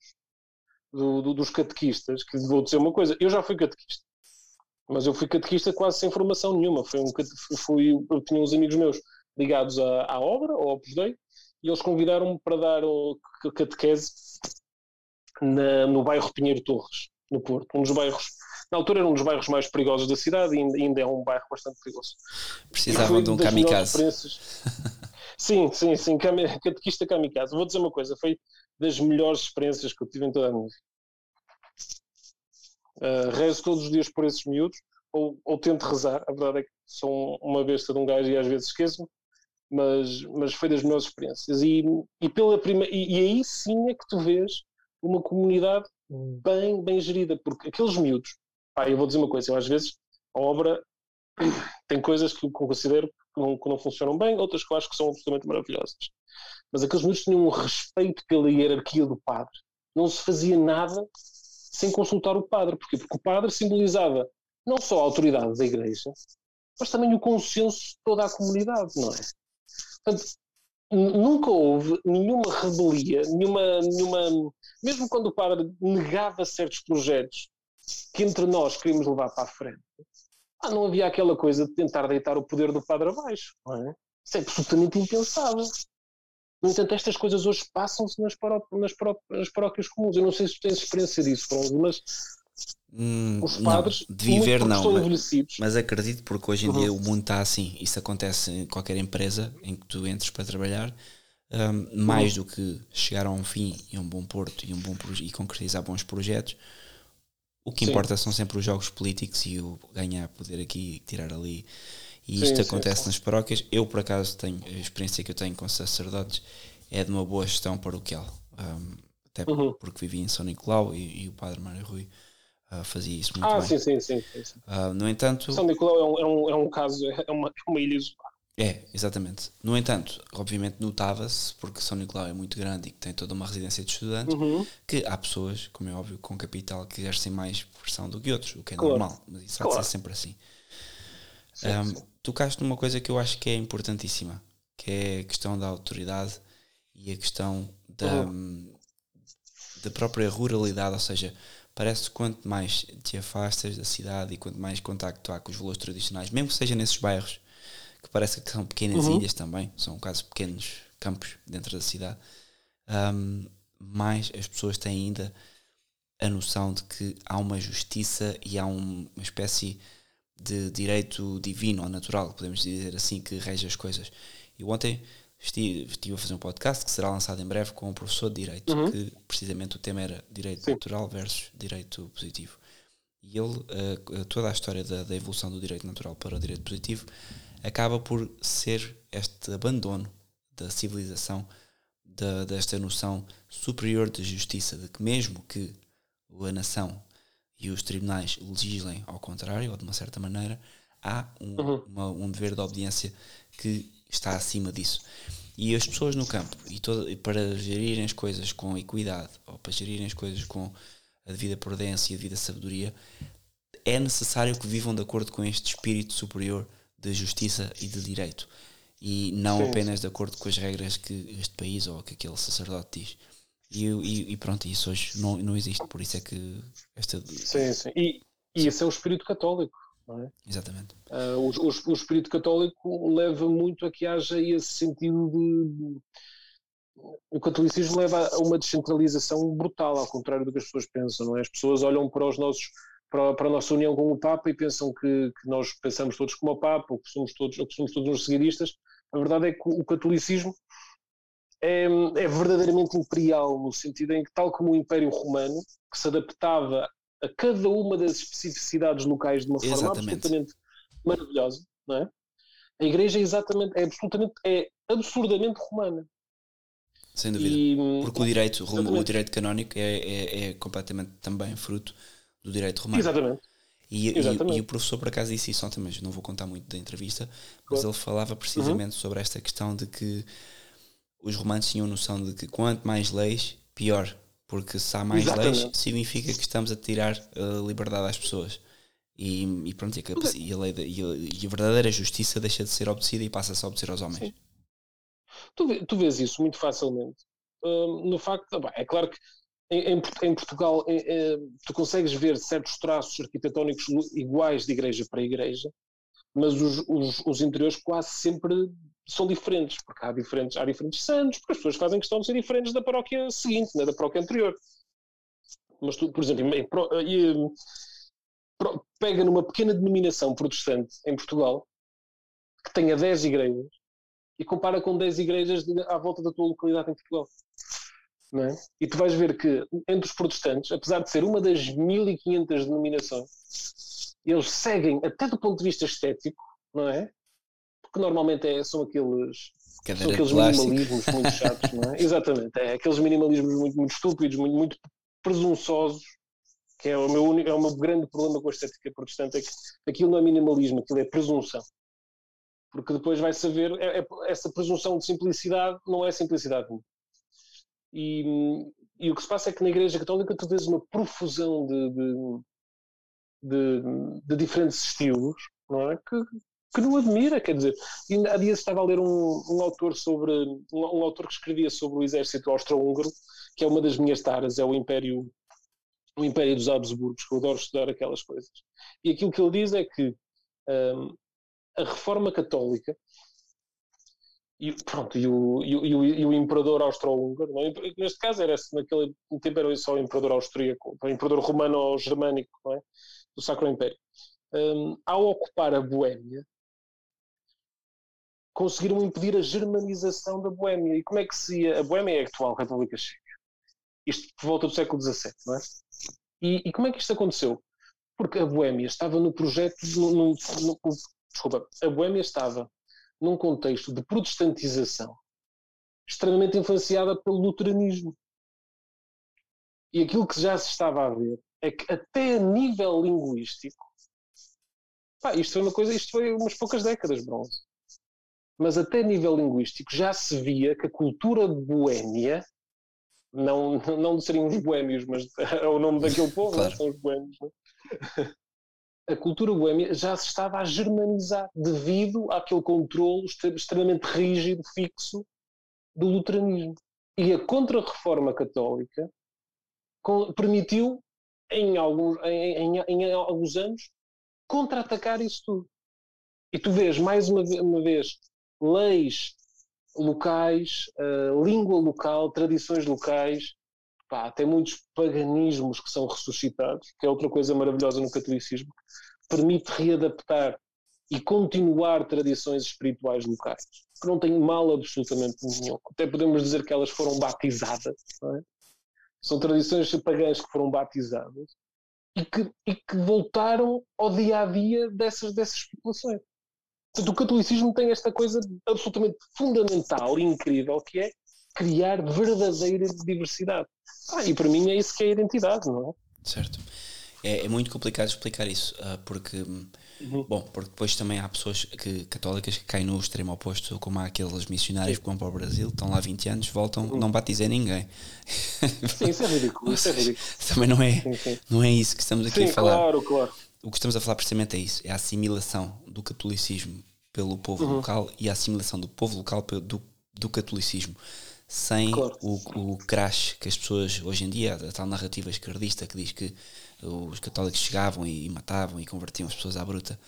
dos catequistas, que vou dizer uma coisa, eu já fui catequista, mas eu fui catequista quase sem formação nenhuma, eu tinha uns amigos meus ligados à obra, ao Opus Dei, e eles convidaram-me para dar catequese no bairro Pinheiro Torres, no Porto, um dos bairros, na altura era um dos bairros mais perigosos da cidade e ainda é um bairro bastante perigoso. Precisavam de um kamikaze. Sim, catequista kamikaze. Vou dizer uma coisa, foi das melhores experiências que eu tive em toda a minha vida. Rezo todos os dias por esses miúdos, ou tento rezar, a verdade é que sou uma besta de um gajo e às vezes esqueço-me, mas foi das melhores experiências. E aí sim é que tu vês uma comunidade bem gerida, porque aqueles miúdos, eu vou dizer uma coisa, eu às vezes a obra tem coisas que eu considero que não funcionam bem, outras que eu acho que são absolutamente maravilhosas, mas aqueles miúdos tinham um respeito pela hierarquia do padre, não se fazia nada sem consultar o padre. Porquê? Porque o padre simbolizava não só a autoridade da igreja, mas também o consenso de toda a comunidade, não é? Portanto, nunca houve nenhuma rebelia, mesmo quando o padre negava certos projetos que entre nós queríamos levar para a frente, não havia aquela coisa de tentar deitar o poder do padre abaixo, não é? Isso é absolutamente impensável. No entanto, estas coisas hoje passam-se nas paróquias comuns. Eu não sei se tu tens experiência disso, mas os padres não, devia ver, não, estão envelhecidos. Mas acredito, porque hoje em dia o mundo está assim. Isso acontece em qualquer empresa em que tu entres para trabalhar. Mais do que chegar a um fim e um bom porto e concretizar bons projetos, o que importa são sempre os jogos políticos e o ganhar poder aqui e tirar ali. E isto acontece nas paróquias. Eu, por acaso, tenho a experiência que eu tenho com sacerdotes é de uma boa gestão paroquial. Até porque vivi em São Nicolau e o padre Mário Rui fazia isso muito bem. Sim. No entanto... São Nicolau é um caso, é uma ilha isolada. Exatamente. No entanto, obviamente notava-se, porque São Nicolau é muito grande e que tem toda uma residência de estudantes, que há pessoas, como é óbvio, com capital que exercem mais pressão do que outros, o que é normal, mas isso há de ser sempre assim. Tocaste numa coisa que eu acho que é importantíssima, que é a questão da autoridade e a questão da própria ruralidade, ou seja, parece que quanto mais te afastas da cidade e quanto mais contacto há com os valores tradicionais, mesmo que seja nesses bairros, que parece que são pequenas ilhas também, são um caso pequenos campos dentro da cidade, mais as pessoas têm ainda a noção de que há uma justiça e há uma espécie de direito divino ou natural, podemos dizer assim, que rege as coisas. E ontem estive a fazer um podcast que será lançado em breve com um professor de Direito, que precisamente o tema era Direito Natural versus Direito Positivo. E ele, toda a história da evolução do Direito Natural para o Direito Positivo acaba por ser este abandono da civilização, desta noção superior de justiça, de que mesmo que a nação e os tribunais legislem ao contrário, ou de uma certa maneira, há um dever de obediência que está acima disso. E as pessoas no campo, e para gerirem as coisas com equidade, ou para gerirem as coisas com a devida prudência e a devida sabedoria, é necessário que vivam de acordo com este espírito superior de justiça e de direito, e não apenas de acordo com as regras que este país ou que aquele sacerdote diz. E pronto, isso hoje não existe, por isso é que esta... Sim. E esse é o espírito católico, não é? Exatamente. O espírito católico leva muito a que haja esse sentido de... O catolicismo leva a uma descentralização brutal, ao contrário do que as pessoas pensam, não é? As pessoas olham para a nossa união com o Papa e pensam que nós pensamos todos como o Papa, ou que somos todos uns seguidistas. A verdade é que o catolicismo é verdadeiramente imperial, no sentido em que, tal como o Império Romano, que se adaptava a cada uma das especificidades locais de uma forma absolutamente maravilhosa, não é? A Igreja é absurdamente romana. Sem dúvida. Porque o direito canónico é completamente também fruto do direito romano. Exatamente. E o professor por acaso disse isso ontem, mas não vou contar muito da entrevista, mas ele falava precisamente sobre esta questão de que os romanos tinham noção de que quanto mais leis, pior, porque se há mais leis, significa que estamos a tirar a liberdade às pessoas. E pronto, e a verdadeira justiça deixa de ser obedecida e passa-se a obedecer aos homens. Tu vês isso muito facilmente. No facto, é claro que em Portugal tu consegues ver certos traços arquitetónicos iguais de igreja para igreja, mas os interiores quase sempre são diferentes, porque há diferentes santos, porque as pessoas fazem questão de ser diferentes da paróquia seguinte, né, da paróquia anterior. Mas tu, por exemplo, pega numa pequena denominação protestante em Portugal, que tenha 10 igrejas, e compara com 10 igrejas à volta da tua localidade em Portugal. Não é? E tu vais ver que entre os protestantes, apesar de ser uma das 1500 denominações, eles seguem, até do ponto de vista estético, não é? Porque normalmente são aqueles minimalismos muito chatos, não é? Exatamente, aqueles minimalismos muito, muito estúpidos, muito, muito presunçosos, que é o meu grande problema com a estética protestante, é que aquilo não é minimalismo, aquilo é presunção. Porque depois vai saber, essa presunção de simplicidade não é simplicidade. E o que se passa é que na Igreja Católica tu vês uma profusão de diferentes estilos, não é? Que não admira, quer dizer. Há dias estava a ler um autor um autor que escrevia sobre o exército austro-húngaro, que é uma das minhas taras, é o Império dos Habsburgos, que eu adoro estudar aquelas coisas. E aquilo que ele diz é que a Reforma Católica e o imperador austro-húngaro, neste caso naquele tempo era só o imperador austríaco, o imperador romano-germânico, não é? Do Sacro Império. Ao ocupar a Boémia, conseguiram impedir a germanização da Boémia. E como é que se ia? A Boémia é a atual República Checa. Isto por volta do século XVII, não é? E como é que isto aconteceu? Porque a Boémia estava no projeto, desculpa, a Boémia estava num contexto de protestantização extremamente influenciada pelo luteranismo. E aquilo que já se estava a ver é que até a nível linguístico, isto foi umas poucas décadas, bronze, mas até a nível linguístico já se via que a cultura boémia, não seriam os boémios, mas é o nome daquele povo, claro. são os boémios, não é? A cultura boémia já se estava a germanizar devido àquele controle extremamente rígido, fixo, do luteranismo. E a Contra-Reforma Católica permitiu, em alguns anos, contra-atacar isso tudo. E tu vês, mais uma vez, leis locais, língua local, tradições locais, tem muitos paganismos que são ressuscitados, que é outra coisa maravilhosa no catolicismo, que permite readaptar e continuar tradições espirituais locais, que não tem mal absolutamente nenhum. Até podemos dizer que elas foram batizadas, não é? São tradições pagãs que foram batizadas e que voltaram ao dia-a-dia dessas populações. Portanto, o catolicismo tem esta coisa absolutamente fundamental e incrível, que é criar verdadeira diversidade. E para mim é isso que é a identidade, não é? Certo. É muito complicado explicar isso, porque, porque depois também há pessoas católicas que caem no extremo oposto, como há aqueles missionários que vão para o Brasil, estão lá 20 anos, voltam, não batizem ninguém. Sim, isso é ridículo. Também não é isso que estamos aqui a falar. Claro. O que estamos a falar precisamente é isso, é a assimilação do catolicismo pelo povo local e a assimilação do povo local do catolicismo, sem o crash que as pessoas hoje em dia, a tal narrativa esquerdista que diz que os católicos chegavam e matavam e convertiam as pessoas à bruta.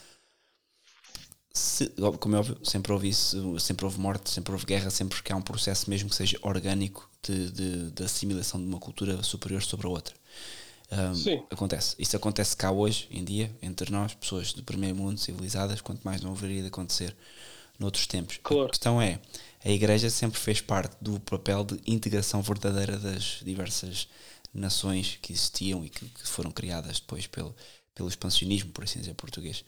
Como é óbvio, sempre houve isso, sempre houve morte, sempre houve guerra, sempre que há um processo mesmo que seja orgânico de assimilação de uma cultura superior sobre a outra. Acontece. Isso acontece cá hoje em dia, entre nós, pessoas do primeiro mundo, civilizadas, quanto mais não haveria de acontecer noutros tempos. Claro. A questão é, a Igreja sempre fez parte do papel de integração verdadeira das diversas nações que existiam e que foram criadas depois pelo expansionismo, por assim dizer, português.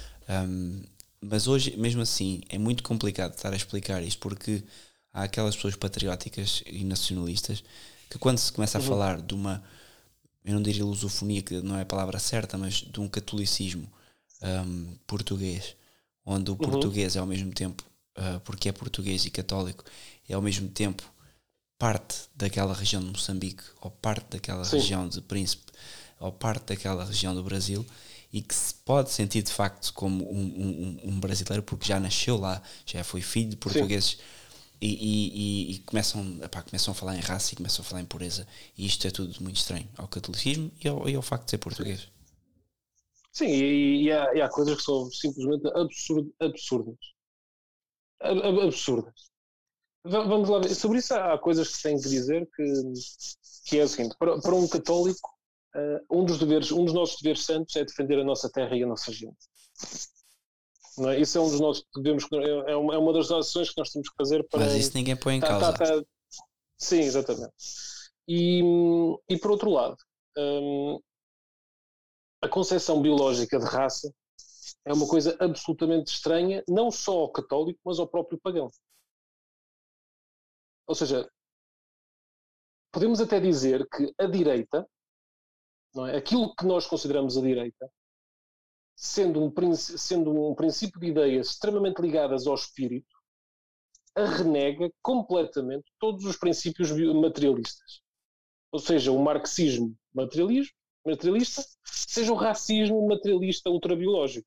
Mas hoje, mesmo assim, é muito complicado estar a explicar isto, porque há aquelas pessoas patrióticas e nacionalistas que, quando se começa a falar de uma, eu não diria lusofonia, que não é a palavra certa, mas de um catolicismo português, onde o português é ao mesmo tempo, porque é português e católico, é ao mesmo tempo parte daquela região de Moçambique, ou parte daquela região de Príncipe, ou parte daquela região do Brasil, e que se pode sentir de facto como um brasileiro, porque já nasceu lá, já foi filho de portugueses, e começam a falar em raça e começam a falar em pureza, e isto é tudo muito estranho ao catolicismo e ao facto de ser português. Sim, e há coisas que são simplesmente absurdas. Absurdas. Vamos lá ver. Sobre isso há coisas que se tem que dizer, que é o seguinte: para um católico, um dos nossos deveres santos é defender a nossa terra e a nossa gente. Não é? Isso é um dos nossos deveres, é uma das ações que nós temos que fazer para... Mas isso ninguém põe em causa. Sim, exatamente. E por outro lado, a concepção biológica de raça é uma coisa absolutamente estranha, não só ao católico, mas ao próprio pagão. Ou seja, podemos até dizer que a direita, não é? Aquilo que nós consideramos a direita, sendo um princípio de ideias extremamente ligadas ao espírito, renega completamente todos os princípios materialistas. Ou seja, o marxismo materialista, seja o racismo materialista ultrabiológico.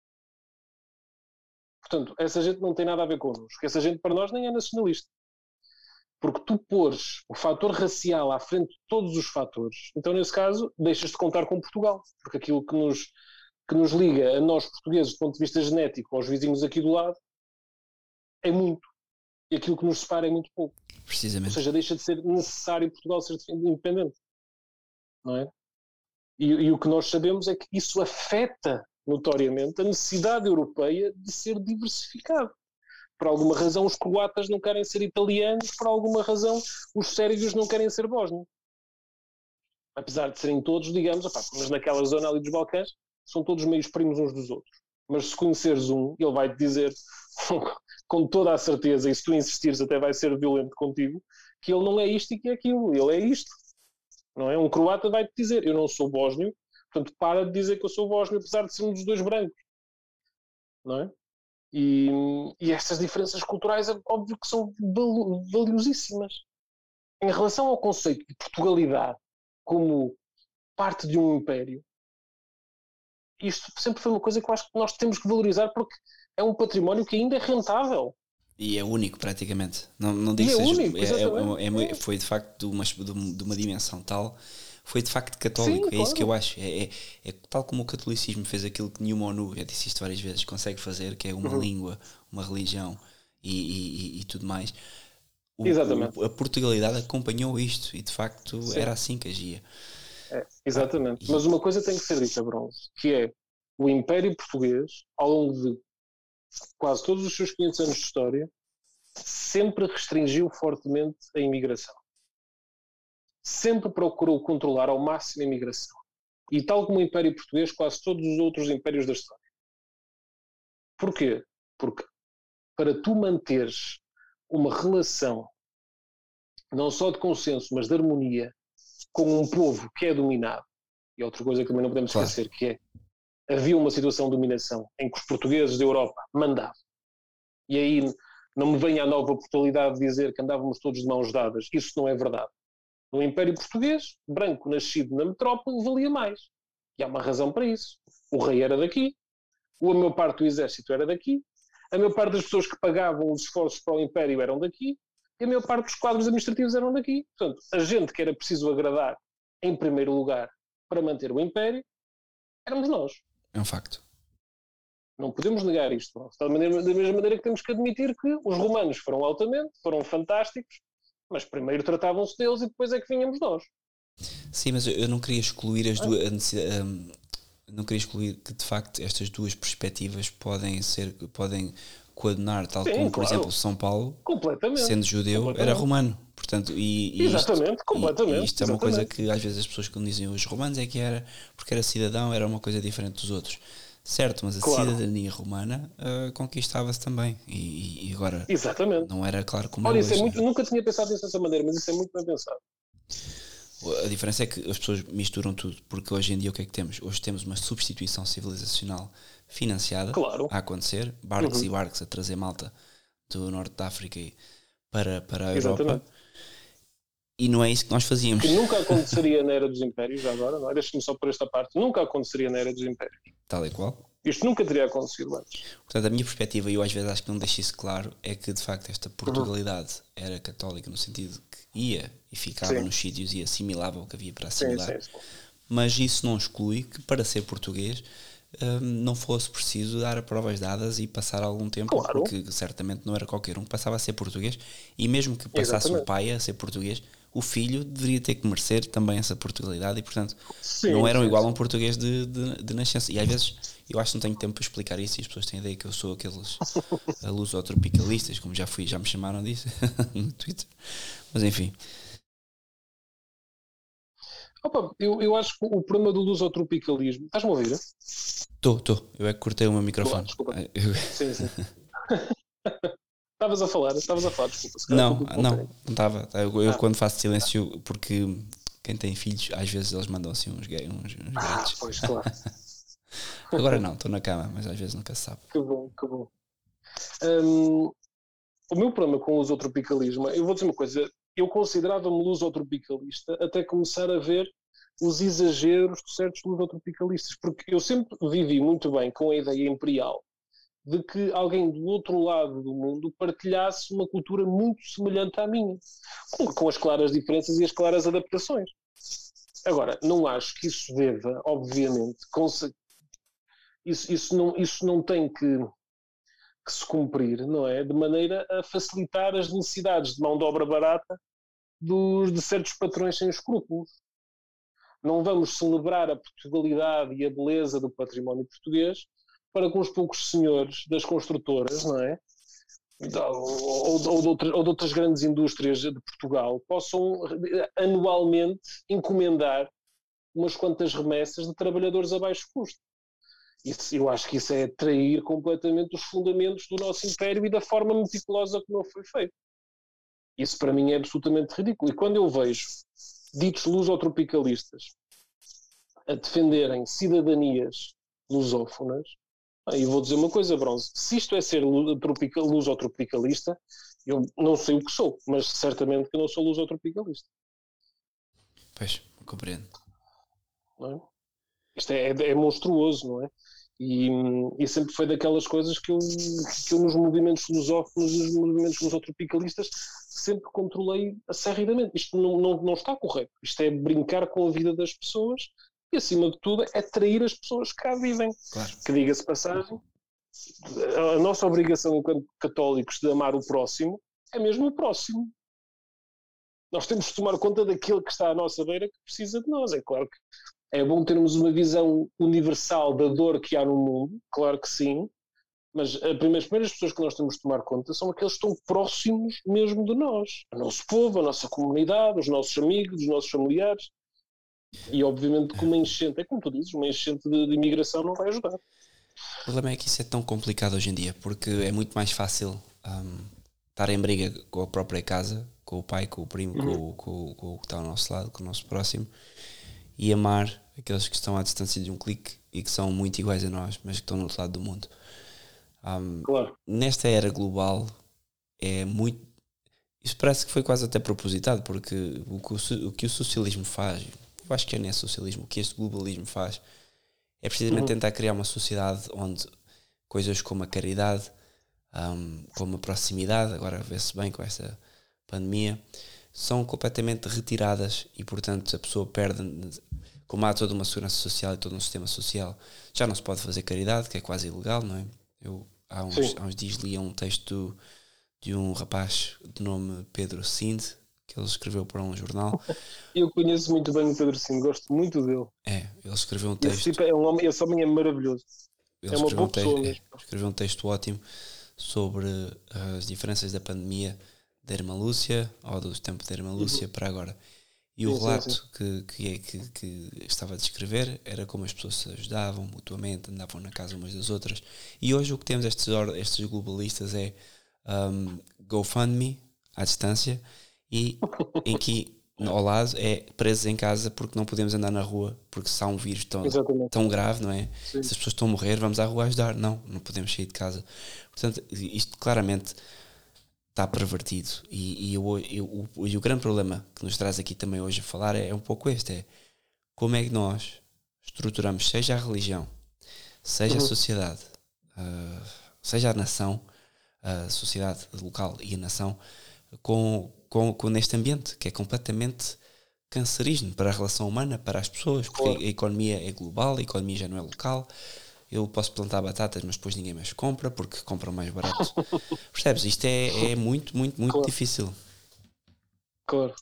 Portanto, essa gente não tem nada a ver connosco. Essa gente para nós nem é nacionalista. Porque tu pôres o fator racial à frente de todos os fatores, então nesse caso deixas de contar com Portugal. Porque aquilo que nos liga a nós portugueses do ponto de vista genético aos vizinhos aqui do lado é muito. E aquilo que nos separa é muito pouco. Precisamente. Ou seja, deixa de ser necessário Portugal ser independente. Não é? E o que nós sabemos é que isso afeta notoriamente a necessidade europeia de ser diversificado. Por alguma razão os croatas não querem ser italianos, por alguma razão os sérvios não querem ser bósnios. Apesar de serem todos, digamos, mas naquela zona ali dos Balcãs, são todos meios primos uns dos outros. mas se conheceres um, ele vai-te dizer com toda a certeza, e se tu insistires até vai ser violento contigo, que ele não é isto e que é aquilo, ele é isto. Não é? Um croata vai-te dizer, eu não sou bósnio, portanto para de dizer que eu sou bósnio, apesar de sermos os dois brancos. Não é? E estas diferenças culturais é óbvio que são valiosíssimas. Em relação ao conceito de Portugalidade como parte de um império, isto sempre foi uma coisa que eu acho que nós temos que valorizar, porque é um património que ainda é rentável. E é único, praticamente. Não digo E é que seja. único, exatamente. Foi de facto de uma dimensão tal. Foi de facto católico. Sim, é isso claro. que eu acho. É tal como o catolicismo fez aquilo que nenhuma ONU, já disse isto várias vezes, consegue fazer, que é uma língua, uma religião e tudo mais. Exatamente. A Portugalidade acompanhou isto e de facto Sim. era assim que agia. Exatamente. Mas uma coisa tem que ser dita, Bronze, que é o Império Português, ao longo de quase todos os seus 500 anos de história, sempre restringiu fortemente a imigração. Sempre procurou controlar ao máximo a imigração. E tal como o Império Português, quase todos os outros impérios da história. Porquê? Porque para tu manteres uma relação não só de consenso, mas de harmonia com um povo que é dominado, e outra coisa que também não podemos esquecer, que é havia uma situação de dominação em que os portugueses da Europa mandavam. E aí não me venha a nova brutalidade de dizer que andávamos todos de mãos dadas. Isso não é verdade. No Império Português, branco nascido na metrópole valia mais. E há uma razão para isso. O rei era daqui, a maior parte do exército era daqui, a maior parte das pessoas que pagavam os esforços para o Império eram daqui, e a maior parte dos quadros administrativos eram daqui. Portanto, a gente que era preciso agradar em primeiro lugar para manter o Império, éramos nós. É um facto. Não podemos negar isto. Da mesma maneira que temos que admitir que os romanos foram altamente, foram fantásticos, mas primeiro tratavam-se deles e depois é que vinhamos nós. Sim, mas eu não queria excluir as duas. Não queria excluir que de facto estas duas perspectivas podem coadunar, tal Sim, como, por claro. exemplo, São Paulo, Completamente. sendo judeu, era romano. Portanto, Exatamente, completamente. E isto é uma coisa que às vezes as pessoas quando dizem os romanos é que era, porque era cidadão, era uma coisa diferente dos outros. Certo, mas a cidadania romana conquistava-se também. E agora exatamente. Não era claro como Olha, é isso hoje. Nunca tinha pensado nisso dessa maneira, mas isso é muito bem pensado. A diferença é que as pessoas misturam tudo, porque hoje em dia o que é que temos? Hoje temos uma substituição civilizacional financiada a acontecer, barcos e barcos a trazer malta do norte da África para a Europa. E não é isso que nós fazíamos. Que nunca aconteceria na Era dos Impérios, já agora, não é? Deixa-me só por esta parte, nunca aconteceria na Era dos Impérios. Tal e qual. Isto nunca teria acontecido antes. Portanto, a minha perspectiva, e eu às vezes acho que não deixo isso claro, é que de facto esta Portugalidade era católica no sentido que ia e ficava nos sítios e assimilava o que havia para assimilar. Sim. Mas isso não exclui que para ser português não fosse preciso dar provas dadas e passar algum tempo, porque certamente não era qualquer um que passava a ser português, e mesmo que passasse o pai a ser português, o filho deveria ter que merecer também essa Portugalidade e, portanto, não eram igual a um português de nascença. E às vezes eu acho que não tenho tempo para explicar isso e as pessoas têm a ideia que eu sou aqueles lusotropicalistas, como já me chamaram disso no Twitter. Mas enfim. Opa, eu acho que o problema do lusotropicalismo... Estás-me a ouvir? Estou. Eu é que cortei o meu microfone. Desculpa. Sim. Estavas a falar, desculpa. Não estava. Eu quando faço silêncio, porque quem tem filhos, às vezes eles mandam assim uns gritos. Pois, claro. Agora não, estou na cama, mas às vezes nunca se sabe. Que bom. O meu problema com o lusotropicalismo, eu vou dizer uma coisa, eu considerava-me lusotropicalista até começar a ver os exageros de certos lusotropicalistas, porque eu sempre vivi muito bem com a ideia imperial de que alguém do outro lado do mundo partilhasse uma cultura muito semelhante à minha, com as claras diferenças e as claras adaptações. Agora, não acho que isso deva, obviamente, isso não tem que se cumprir, não é? De maneira a facilitar as necessidades de mão de obra barata de certos patrões sem escrúpulos. Não vamos celebrar a Portugalidade e a beleza do património português para com os poucos senhores das construtoras, não é? Ou de outras grandes indústrias de Portugal possam anualmente encomendar umas quantas remessas de trabalhadores a baixo custo. Isso, eu acho que isso é trair completamente os fundamentos do nosso império e da forma meticulosa como foi feito. Isso para mim é absolutamente ridículo. E quando eu vejo ditos lusotropicalistas a defenderem cidadanias lusófonas, e vou dizer uma coisa, Bronze, se isto é ser lusotropicalista, eu não sei o que sou, mas certamente que eu não sou lusotropicalista. Pois, compreendo. Não é? Isto é monstruoso, não é? E sempre foi daquelas coisas que eu nos movimentos lusófonos e nos movimentos lusotropicalistas sempre controlei acerridamente. Isto não está correto. Isto é brincar com a vida das pessoas e, acima de tudo, é trair as pessoas que cá vivem. Claro. Que, diga-se passagem, a nossa obrigação enquanto católicos de amar o próximo é mesmo o próximo. Nós temos de tomar conta daquele que está à nossa beira que precisa de nós. É claro que é bom termos uma visão universal da dor que há no mundo, claro que sim, mas as primeiras pessoas que nós temos de tomar conta são aqueles que estão próximos mesmo de nós. O nosso povo, a nossa comunidade, os nossos amigos, os nossos familiares. E obviamente que uma enchente, é como tu dizes, uma enchente de imigração não vai ajudar. O problema é que isso é tão complicado hoje em dia, porque é muito mais fácil estar em briga com a própria casa, com o pai, com o primo, com o que está ao nosso lado, com o nosso próximo, e amar aqueles que estão à distância de um clique e que são muito iguais a nós, mas que estão no outro lado do mundo. Claro. Nesta era global é muito... Isso parece que foi quase até propositado, porque o que o socialismo faz, eu acho que não é socialismo, o que este globalismo faz é precisamente tentar criar uma sociedade onde coisas como a caridade, como a proximidade, agora vê-se bem com esta pandemia, são completamente retiradas e, portanto, a pessoa perde, como há toda uma segurança social e todo um sistema social, já não se pode fazer caridade, que é quase ilegal, não é? Eu há uns dias li um texto de um rapaz de nome Pedro Sinde, que ele escreveu para um jornal. Eu conheço muito bem o Pedro Sinde, gosto muito dele. Ele escreveu um texto. Esse homem é maravilhoso. Ele é uma boa pessoa mesmo. Escreveu um texto ótimo sobre as diferenças da pandemia da Irmã Lúcia, ou do tempo da Irmã Lúcia para agora. E o relato que estava a descrever era como as pessoas se ajudavam mutuamente, andavam na casa umas das outras. E hoje o que temos estes globalistas é GoFundMe à distância, e em que ao lado é presos em casa porque não podemos andar na rua, porque se há um vírus tão grave, não é? Sim. Se as pessoas estão a morrer, vamos à rua ajudar. Não podemos sair de casa. Portanto, isto claramente está pervertido. E o grande problema que nos traz aqui também hoje a falar é um pouco este: é como é que nós estruturamos, seja a religião, seja a sociedade, seja a nação, a sociedade local e a nação, com neste ambiente que é completamente cancerígeno para a relação humana, para as pessoas, porque a economia é global, a economia já não é local. Eu posso plantar batatas, mas depois ninguém mais compra porque compram mais barato. Percebes? Isto é muito difícil. Claro.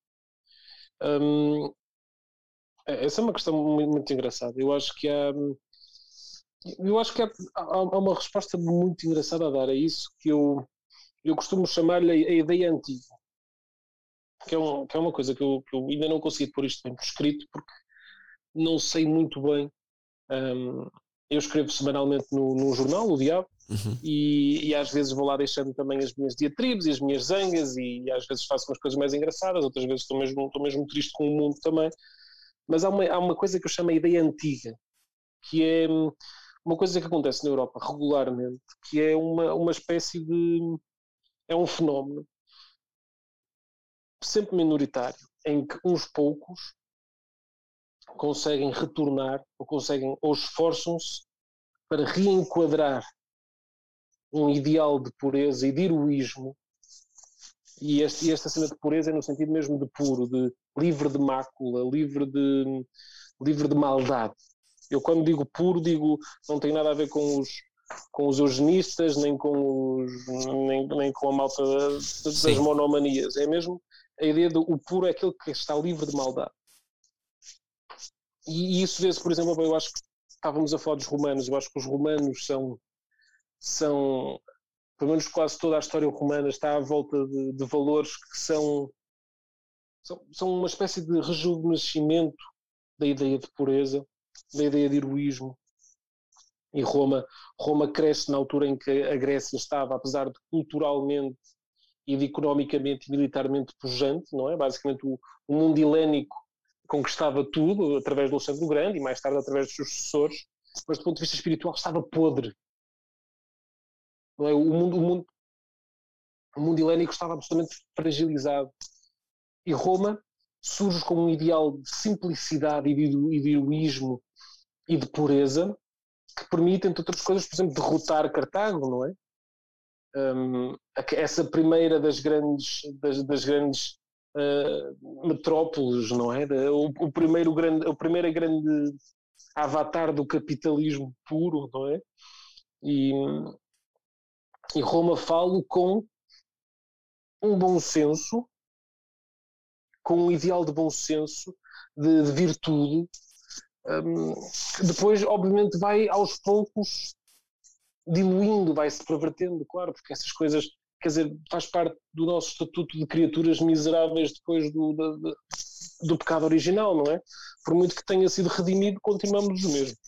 Essa é uma questão muito, muito engraçada. Eu acho que há uma resposta muito engraçada a dar a isso, que eu costumo chamar-lhe a ideia antiga, que é uma coisa que eu ainda não consegui pôr isto bem por escrito, porque não sei muito bem. Eu escrevo semanalmente num jornal, o Diabo, e às vezes vou lá deixando também as minhas diatribes e as minhas zangas, e às vezes faço umas coisas mais engraçadas, outras vezes estou mesmo triste com o mundo também. Mas há uma coisa que eu chamo a ideia antiga, que é uma coisa que acontece na Europa regularmente, que é uma espécie de... é um fenómeno sempre minoritário, em que uns poucos conseguem retornar ou esforçam-se para reenquadrar um ideal de pureza e de heroísmo, e esta cena de pureza é no sentido mesmo de puro, de livre de mácula, livre de maldade. Eu quando digo puro, não tem nada a ver com os eugenistas, nem com a malta das monomanias. É mesmo a ideia de o puro é aquele que está livre de maldade. E isso vê-se, por exemplo, eu acho que estávamos a falar dos romanos, eu acho que os romanos são pelo menos quase toda a história romana está à volta de valores que são uma espécie de rejuvenescimento da ideia de pureza, da ideia de heroísmo. E Roma cresce na altura em que a Grécia estava, apesar de culturalmente e de economicamente e militarmente pujante, não é? Basicamente o mundo helénico conquistava tudo através do Alexandre o Grande e mais tarde através dos seus sucessores, mas do ponto de vista espiritual estava podre. Não é? O mundo helénico estava absolutamente fragilizado. E Roma surge como um ideal de simplicidade e de heroísmo e de pureza que permite, entre outras coisas, por exemplo, derrotar Cartago, não é? Essa primeira das grandes metrópoles, não é? O primeiro grande avatar do capitalismo puro, não é? E Roma fala com um bom senso, com um ideal de bom senso, de virtude. Depois, obviamente, vai aos poucos diluindo, vai-se pervertendo, claro, porque essas coisas, quer dizer, faz parte do nosso estatuto de criaturas miseráveis depois do pecado original, não é? Por muito que tenha sido redimido, continuamos os mesmos.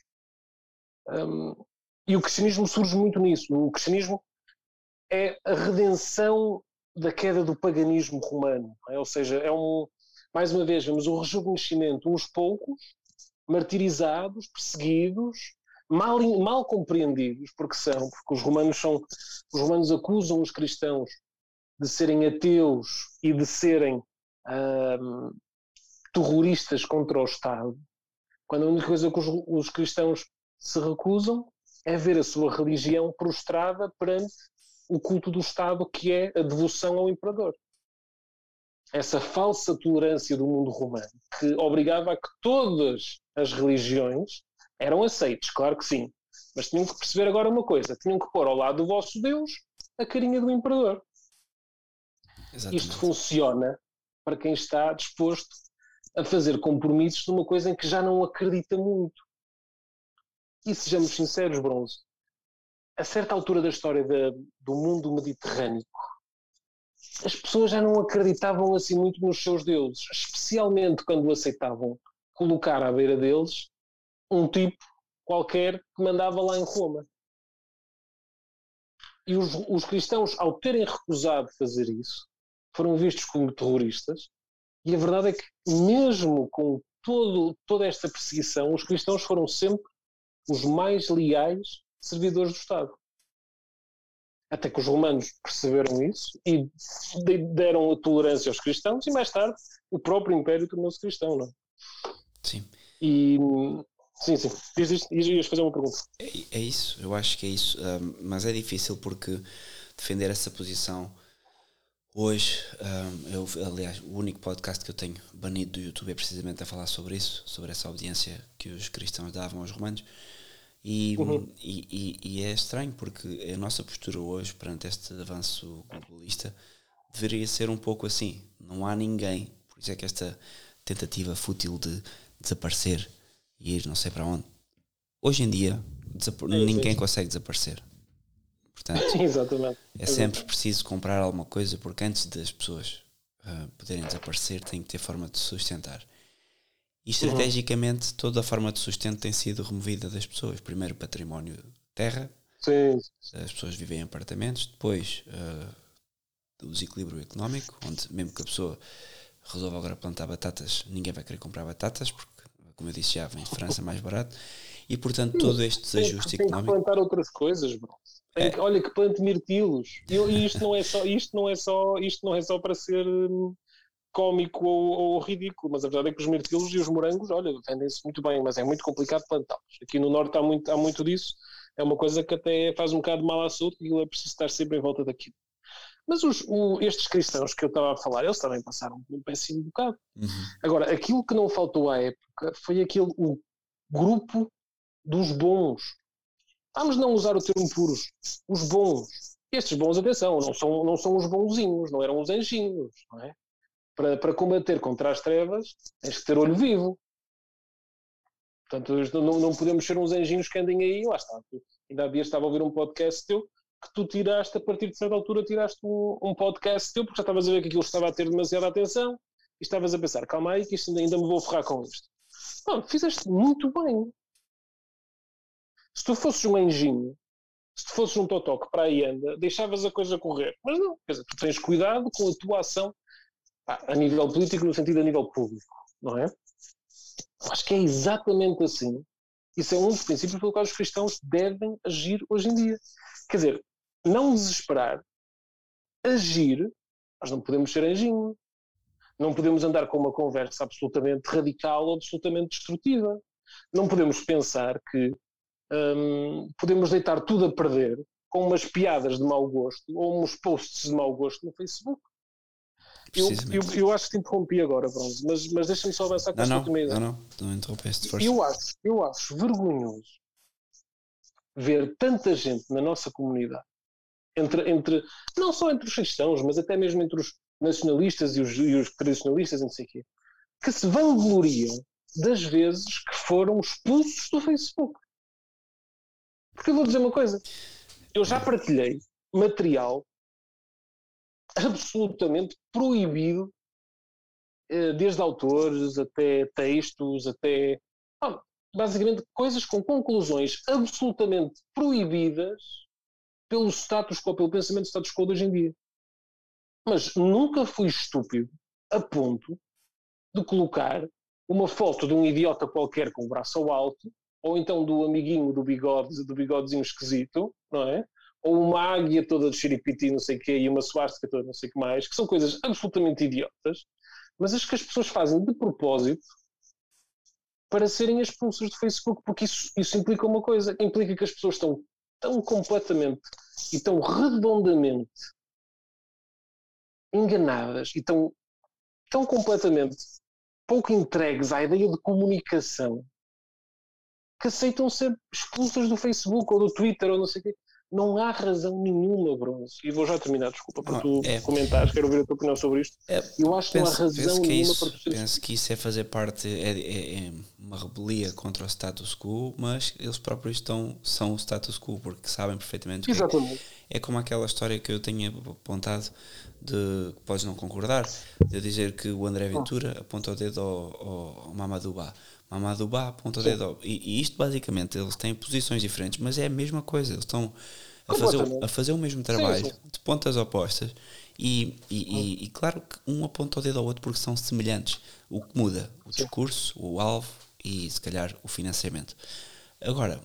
E o cristianismo surge muito nisso. O cristianismo é a redenção da queda do paganismo romano, não é? Ou seja, mais uma vez, vemos o rejuvenescimento, uns poucos, martirizados, perseguidos, mal compreendidos, porque os romanos acusam os cristãos de serem ateus e de serem terroristas contra o Estado, quando a única coisa que os cristãos se recusam é ver a sua religião prostrada perante o culto do Estado, que é a devoção ao imperador. Essa falsa tolerância do mundo romano, que obrigava a que todas as religiões eram aceites, claro que sim, mas tinham que perceber agora uma coisa, tinham que pôr ao lado do vosso Deus a carinha do imperador. Exatamente. Isto funciona para quem está disposto a fazer compromissos numa coisa em que já não acredita muito. E sejamos sinceros, Bronze, a certa altura da história do mundo mediterrâneo, as pessoas já não acreditavam assim muito nos seus deuses, especialmente quando aceitavam colocar à beira deles um tipo qualquer que mandava lá em Roma. E os cristãos, ao terem recusado fazer isso, foram vistos como terroristas, e a verdade é que mesmo com toda esta perseguição, os cristãos foram sempre os mais leais servidores do Estado. Até que os romanos perceberam isso e deram a tolerância aos cristãos, e mais tarde o próprio Império tornou-se cristão, não é? Sim. E sim. Ias fazer uma pergunta. É isso, eu acho que é isso, mas é difícil porque defender essa posição hoje, aliás, o único podcast que eu tenho banido do YouTube é precisamente a falar sobre isso, sobre essa obediência que os cristãos davam aos romanos. E é estranho porque a nossa postura hoje perante este avanço globalista deveria ser um pouco assim. Não há ninguém, por isso é que esta tentativa fútil de desaparecer e ir não sei para onde, hoje em dia ninguém consegue desaparecer. Portanto, exatamente. É sempre preciso comprar alguma coisa, porque antes das pessoas poderem desaparecer tem que ter forma de sustentar. E estrategicamente toda a forma de sustento tem sido removida das pessoas. Primeiro património terra, sim. As pessoas vivem em apartamentos, depois o desequilíbrio económico, onde mesmo que a pessoa resolva agora plantar batatas, ninguém vai querer comprar batatas, porque, como eu disse já, vem de França mais barato, e portanto todo este desajuste económico... Tem que plantar outras coisas, bro. Olha que plante mirtilos, e isto não é só para ser... cómico ou ridículo, mas a verdade é que os mirtilos e os morangos, olha, vendem-se muito bem, mas é muito complicado plantá-los. Aqui no Norte há muito disso, é uma coisa que até faz um bocado mal à saúde e é preciso estar sempre em volta daquilo. Mas estes cristãos que eu estava a falar, eles também passaram por um péssimo bocado. Agora, aquilo que não faltou à época foi o grupo dos bons. Vamos não usar o termo puros, os bons. Estes bons, atenção, não são os bonzinhos, não eram os anjinhos, não é? Para combater contra as trevas, tens que ter olho vivo. Portanto, não podemos ser uns anjinhos que andem aí, lá está. Ainda há dias estava a ouvir um podcast teu, que tu tiraste, a partir de certa altura, tiraste um podcast teu, porque já estavas a ver que aquilo estava a ter demasiada atenção, e estavas a pensar, calma aí, que isto ainda me vou ferrar com isto. Não, fizeste muito bem. Se tu fosses um anjinho, se tu fosses um totó que para aí anda, deixavas a coisa correr. Mas não, quer dizer, tu tens cuidado com a tua ação a nível político, no sentido a nível público, não é? Acho que é exatamente assim. Isso é um dos princípios pelo qual os cristãos devem agir hoje em dia. Quer dizer, não desesperar, agir. Nós não podemos ser anjinho. Não podemos andar com uma conversa absolutamente radical ou absolutamente destrutiva. Não podemos pensar que podemos deitar tudo a perder com umas piadas de mau gosto ou uns posts de mau gosto no Facebook. Eu acho que te interrompi agora, Bronze, mas deixa-me só avançar com esta última ideia. Não interrompeste, força. Eu acho vergonhoso ver tanta gente na nossa comunidade, não só entre os cristãos, mas até mesmo entre os nacionalistas e os tradicionalistas, não sei o quê, que se vangloriam das vezes que foram expulsos do Facebook. Porque eu vou dizer uma coisa, eu já partilhei material absolutamente proibido, desde autores até textos, até basicamente coisas com conclusões absolutamente proibidas pelo status quo, pelo pensamento status quo de hoje em dia. Mas nunca fui estúpido a ponto de colocar uma foto de um idiota qualquer com o braço ao alto, ou então do amiguinho do bigodezinho esquisito, não é? Ou uma águia toda de xiripiti, não sei o quê, e uma suástica toda não sei o que mais, que são coisas absolutamente idiotas, mas as que as pessoas fazem de propósito para serem expulsas do Facebook, porque isso implica uma coisa, implica que as pessoas estão tão completamente e tão redondamente enganadas e tão completamente pouco entregues à ideia de comunicação que aceitam ser expulsas do Facebook ou do Twitter ou não sei o quê. Não há razão nenhuma, Bronze. E vou já terminar, desculpa, para tu comentares, quero ouvir a tua opinião sobre isto. Eu acho que não há razão nenhuma para tu seres. Penso que isso é fazer parte, é uma rebelia contra o status quo, mas eles próprios são o status quo, porque sabem perfeitamente Exatamente. É como aquela história que eu tinha apontado, de podes não concordar, de dizer que o André Ventura aponta o dedo ao Mamadou Ba. Mamadou Ba aponta o dedo e isto basicamente, eles têm posições diferentes, mas é a mesma coisa, eles estão a fazer o mesmo trabalho, de pontas opostas, e claro que um aponta o dedo ao outro porque são semelhantes. O que muda? O discurso, o alvo e se calhar o financiamento. Agora,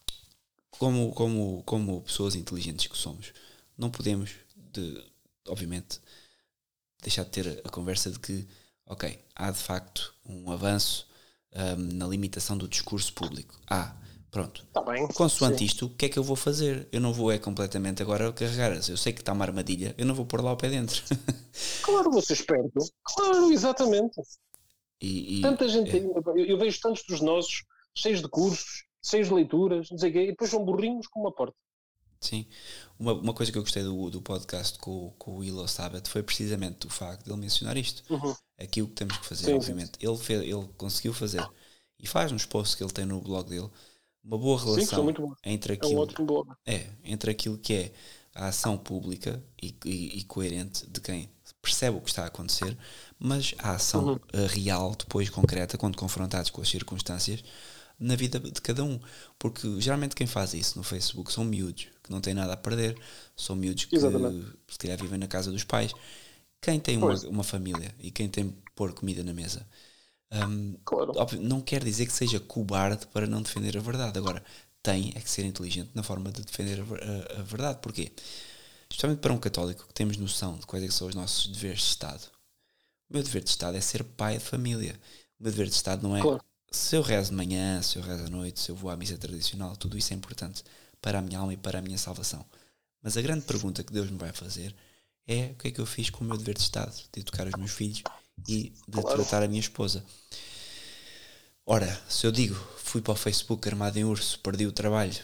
como pessoas inteligentes que somos, não podemos, obviamente, deixar de ter a conversa de que, ok, há de facto um avanço na limitação do discurso público. Pronto. Tá bem. Consoante isto, o que é que eu vou fazer? Eu não vou completamente agora carregar. Eu sei que está uma armadilha, eu não vou pôr lá o pé dentro. Claro, você esperto. Claro, exatamente. Tanta gente ainda. Eu vejo tantos dos nossos cheios de cursos, cheios de leituras, não sei o quê, e depois são burrinhos com uma porta. Sim. Uma coisa que eu gostei do podcast com o Willow Sabbath foi precisamente o facto de ele mencionar isto. Aquilo que temos que fazer, obviamente. Ele conseguiu fazer e faz nos posts que ele tem no blog dele uma boa relação entre aquilo, entre aquilo que é a ação pública e coerente de quem percebe o que está a acontecer, mas a ação real, depois concreta, quando confrontados com as circunstâncias na vida de cada um, porque geralmente quem faz isso no Facebook são miúdos que não têm nada a perder, são miúdos que se calhar vivem na casa dos pais. Quem tem uma família e quem tem de pôr comida na mesa, não quer dizer que seja cobarde para não defender a verdade. Agora, tem que ser inteligente na forma de defender a verdade. Porquê? Especialmente para um católico que temos noção de quais é que são os nossos deveres de Estado. O meu dever de Estado é ser pai de família. O meu dever de Estado não é se eu rezo de manhã, se eu rezo à noite, se eu vou à missa tradicional. Tudo isso é importante para a minha alma e para a minha salvação. Mas a grande pergunta que Deus me vai fazer é o que é que eu fiz com o meu dever de Estado, de educar os meus filhos e de tratar a minha esposa. Ora, se eu digo, fui para o Facebook armado em urso, perdi o trabalho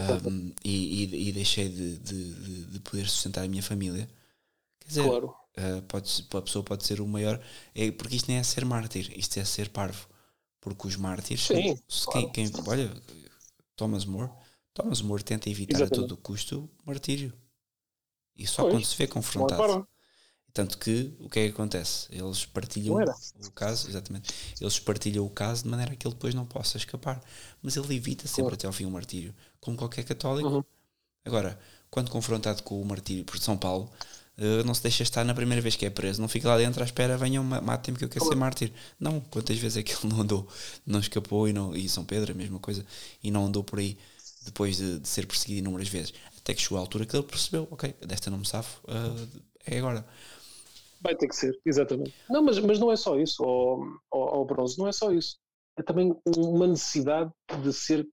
e deixei de poder sustentar a minha família, quer dizer, a pessoa pode ser o maior, porque isto nem é ser mártir, isto é ser parvo, porque os mártires, olha, Thomas More tenta evitar a todo custo o martírio, e só quando se vê confrontado. Tanto que, o que é que acontece? Eles partilham o caso, exatamente, eles partilham o caso de maneira que ele depois não possa escapar. Mas ele evita sempre até ao fim o martírio, como qualquer católico. Agora, quando confrontado com o martírio por São Paulo, não se deixa estar na primeira vez que é preso, não fica lá dentro à espera, venham, matem-me que eu quero ser mártir. Não, quantas vezes é que ele não andou, não escapou, e São Pedro, a mesma coisa, e não andou por aí depois de ser perseguido inúmeras vezes. Até que chegou à altura que ele percebeu, ok, desta não me safo, é agora. Vai ter que ser, exatamente. Não, mas não é só isso, ao Bronze, não é só isso. É também uma necessidade de ser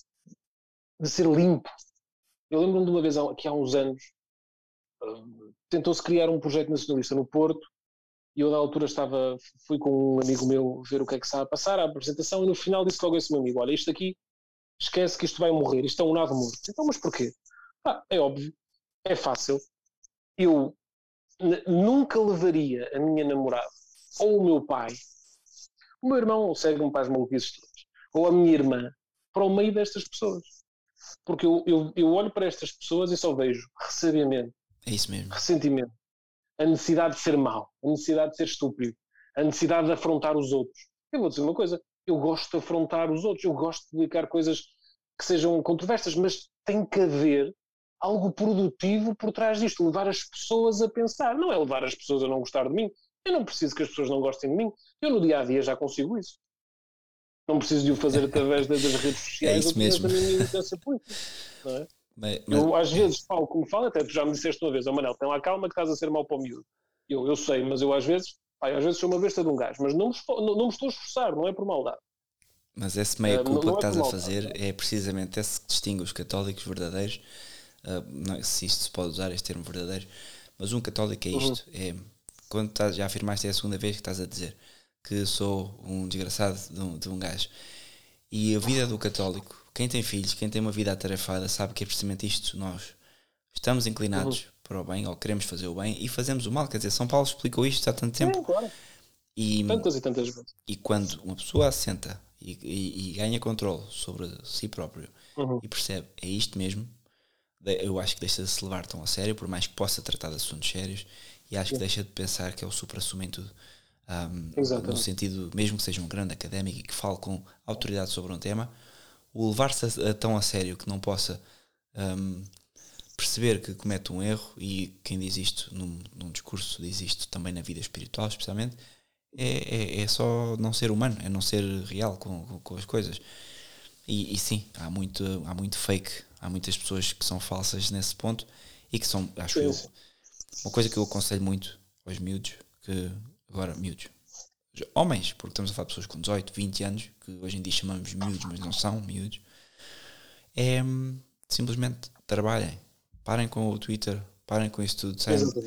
limpo. Eu lembro-me de uma vez, que há uns anos, tentou-se criar um projeto nacionalista no Porto, e eu, na altura, fui com um amigo meu ver o que é que estava a passar, a apresentação, e no final disse logo a esse meu amigo: olha, isto aqui, esquece que isto vai morrer, isto é um nado morto. Então, mas porquê? É óbvio, é fácil. Eu nunca levaria a minha namorada, ou o meu pai, o meu irmão segue-me para as maluquices todas, ou a minha irmã, para o meio destas pessoas. Porque eu olho para estas pessoas e só vejo ressabiamento, É isso mesmo. ressentimento, a necessidade de ser mau, a necessidade de ser estúpido, a necessidade de afrontar os outros. Eu vou dizer uma coisa, eu gosto de afrontar os outros, eu gosto de publicar coisas que sejam controversas, mas tem que haver algo produtivo por trás disto, levar as pessoas a pensar, não é levar as pessoas a não gostar de mim. Eu não preciso que as pessoas não gostem de mim, eu no dia-a-dia já consigo isso. Não preciso de o fazer através das redes sociais ou através da minha militância política, não é? Eu às vezes falo como falo, até tu já me disseste uma vez, Manel, tem lá calma que estás a ser mau para o miúdo. Eu sei, mas eu às vezes sou uma besta de um gajo, mas não me estou a esforçar, não é por maldade. Mas essa meia culpa que estás a fazer é precisamente esse que distingue os católicos verdadeiros, não, se isto se pode usar este termo verdadeiro, mas um católico é isto, é quando já afirmaste, é a segunda vez que estás a dizer que sou um desgraçado de um gajo. E a vida do católico, quem tem filhos, quem tem uma vida atarefada, sabe que é precisamente isto. Nós estamos inclinados para o bem, ou queremos fazer o bem, e fazemos o mal. Quer dizer, São Paulo explicou isto há tanto tempo. Claro. Tantas e tantas vezes. E quando uma pessoa assenta e ganha controle sobre si próprio e percebe, é isto mesmo, eu acho que deixa de se levar tão a sério, por mais que possa tratar de assuntos sérios, e acho que deixa de pensar que é o supra-sumo em tudo. No sentido, mesmo que seja um grande académico e que fale com autoridade sobre um tema, o levar-se tão a sério que não possa perceber que comete um erro, e quem diz isto num discurso diz isto também na vida espiritual, especialmente, é só não ser humano, é não ser real com as coisas. E sim, há muito fake, há muitas pessoas que são falsas nesse ponto, e que são, acho eu, uma coisa que eu aconselho muito aos miúdos, miúdos, homens, porque estamos a falar de pessoas com 18, 20 anos, que hoje em dia chamamos miúdos, mas não são miúdos, é simplesmente trabalhem, parem com o Twitter, parem com isso tudo,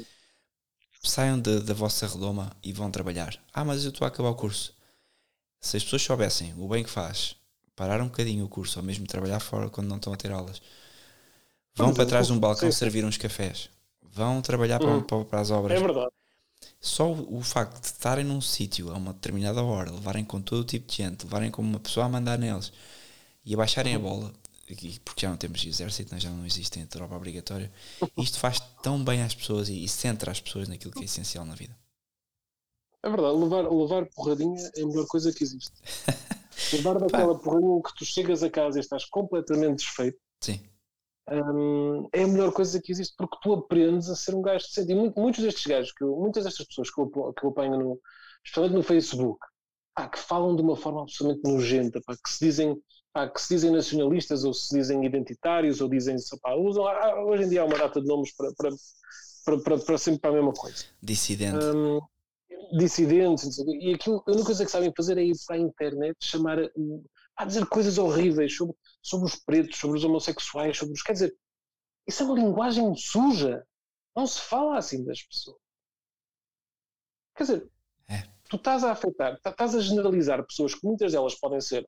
saiam da vossa redoma e vão trabalhar. Mas eu estou a acabar o curso. Se as pessoas soubessem o bem que faz parar um bocadinho o curso, ou mesmo trabalhar fora quando não estão a ter aulas, vão para trás de um balcão servir uns cafés, vão trabalhar para as obras. É verdade. Só o facto de estarem num sítio a uma determinada hora, levarem com todo o tipo de gente, levarem como uma pessoa a mandar neles e abaixarem a bola, porque já não temos exército, já não existe a tropa obrigatória, isto faz tão bem às pessoas e centra as pessoas naquilo que é essencial na vida. É verdade, levar porradinha é a melhor coisa que existe. Levar daquela porradinha que tu chegas a casa e estás completamente desfeito. Sim. É a melhor coisa que existe, porque tu aprendes a ser um gajo decente. E muitos destes gajos, muitas destas pessoas que eu apanho, especialmente no Facebook, que falam de uma forma absolutamente nojenta, que se dizem nacionalistas, ou se dizem identitários, ou dizem, usam, hoje em dia há uma data de nomes para sempre para a mesma coisa. Dissidente. Dissidentes, e aquilo, a única coisa que sabem fazer é ir para a internet dizer coisas horríveis sobre os pretos, sobre os homossexuais, quer dizer, isso é uma linguagem suja, não se fala assim das pessoas, quer dizer, tu estás a afetar, estás a generalizar pessoas que muitas delas podem ser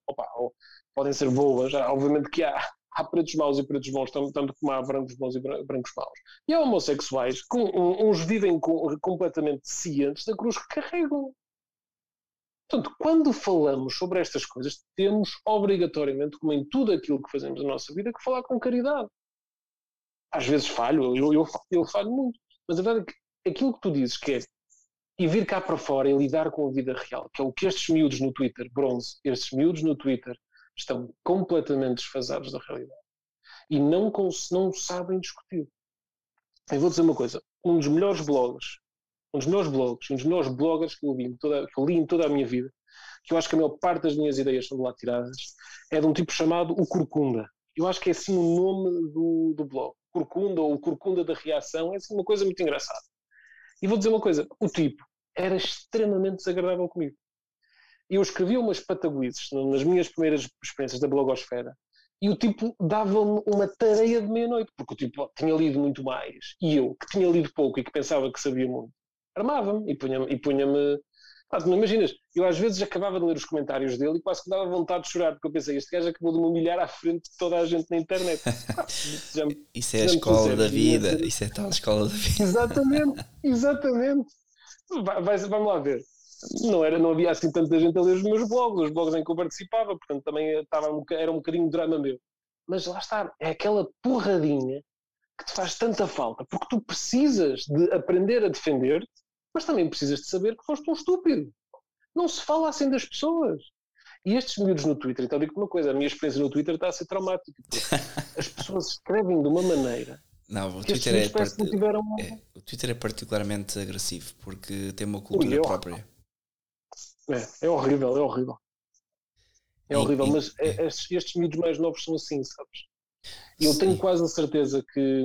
boas, obviamente que há pretos maus e pretos bons, tanto como há brancos bons e brancos maus. E há homossexuais que uns vivem completamente cientes da cruz que carregam. Portanto, quando falamos sobre estas coisas, temos obrigatoriamente, como em tudo aquilo que fazemos na nossa vida, que falar com caridade. Às vezes falho, eu falho muito, mas a verdade é que aquilo que tu dizes que é e vir cá para fora e lidar com a vida real, que é o que estes miúdos no Twitter, bronze, estes miúdos no Twitter estão completamente desfasados da realidade e não sabem discutir. Eu vou dizer uma coisa, um dos melhores blogs, um dos melhores bloggers que eu li em toda a minha vida, que eu acho que a maior parte das minhas ideias são de lá tiradas, é de um tipo chamado o Corcunda. Eu acho que é assim o nome do blog. Corcunda ou o Corcunda da Reação, é assim uma coisa muito engraçada. E vou dizer uma coisa, o tipo era extremamente desagradável comigo. Eu escrevia umas pataguices nas minhas primeiras experiências da blogosfera e o tipo dava-me uma tareia de meia-noite, porque o tipo tinha lido muito mais e eu, que tinha lido pouco e que pensava que sabia muito, armava-me e punha-me. Não imaginas, eu às vezes acabava de ler os comentários dele e quase que dava vontade de chorar, porque eu pensei, este gajo acabou de me humilhar à frente de toda a gente na internet. Isso é a escola da vida, isso é tal escola da vida. Exatamente. Vamos lá ver. Não havia assim tanta gente a ler os meus blogs, os blogs em que eu participava, portanto também era um bocadinho de drama meu. Mas lá está, é aquela porradinha que te faz tanta falta, porque tu precisas de aprender a defender, mas também precisas de saber que foste um estúpido. Não se fala assim das pessoas. E estes miúdos no Twitter, então digo-te uma coisa, a minha experiência no Twitter está a ser traumática, porque as pessoas escrevem de uma maneira. Não, o Twitter é particularmente agressivo, porque tem uma cultura própria. É horrível, é horrível. É horrível, mas estes miúdos mais novos são assim, sabes? E eu tenho quase a certeza que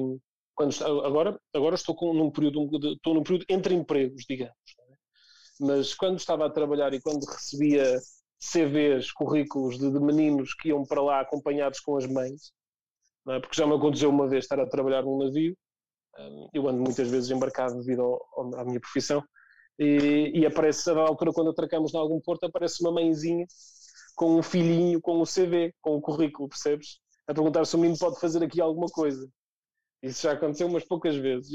agora estou num período entre empregos, digamos. Não é? Mas quando estava a trabalhar e quando recebia CVs, currículos de meninos que iam para lá acompanhados com as mães, não é? Porque já me aconteceu uma vez estar a trabalhar num navio, eu ando muitas vezes embarcado devido à minha profissão, e aparece, a altura quando atracamos em algum porto, aparece uma mãezinha com um filhinho, com o CV, com o currículo, percebes? A perguntar se o menino pode fazer aqui alguma coisa. Isso já aconteceu umas poucas vezes.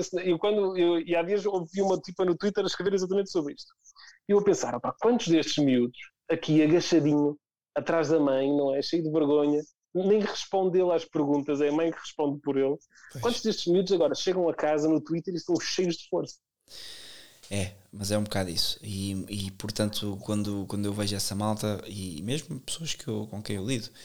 E há dias ouvi uma tipa no Twitter a escrever exatamente sobre isto. E eu a pensar, opa, quantos destes miúdos, aqui agachadinho, atrás da mãe, não é? Cheio de vergonha, nem responde ele às perguntas, é a mãe que responde por ele. Pois. Quantos destes miúdos agora chegam a casa no Twitter e estão cheios de força? Mas é um bocado isso. E portanto, quando eu vejo essa malta, e mesmo pessoas com quem eu lido,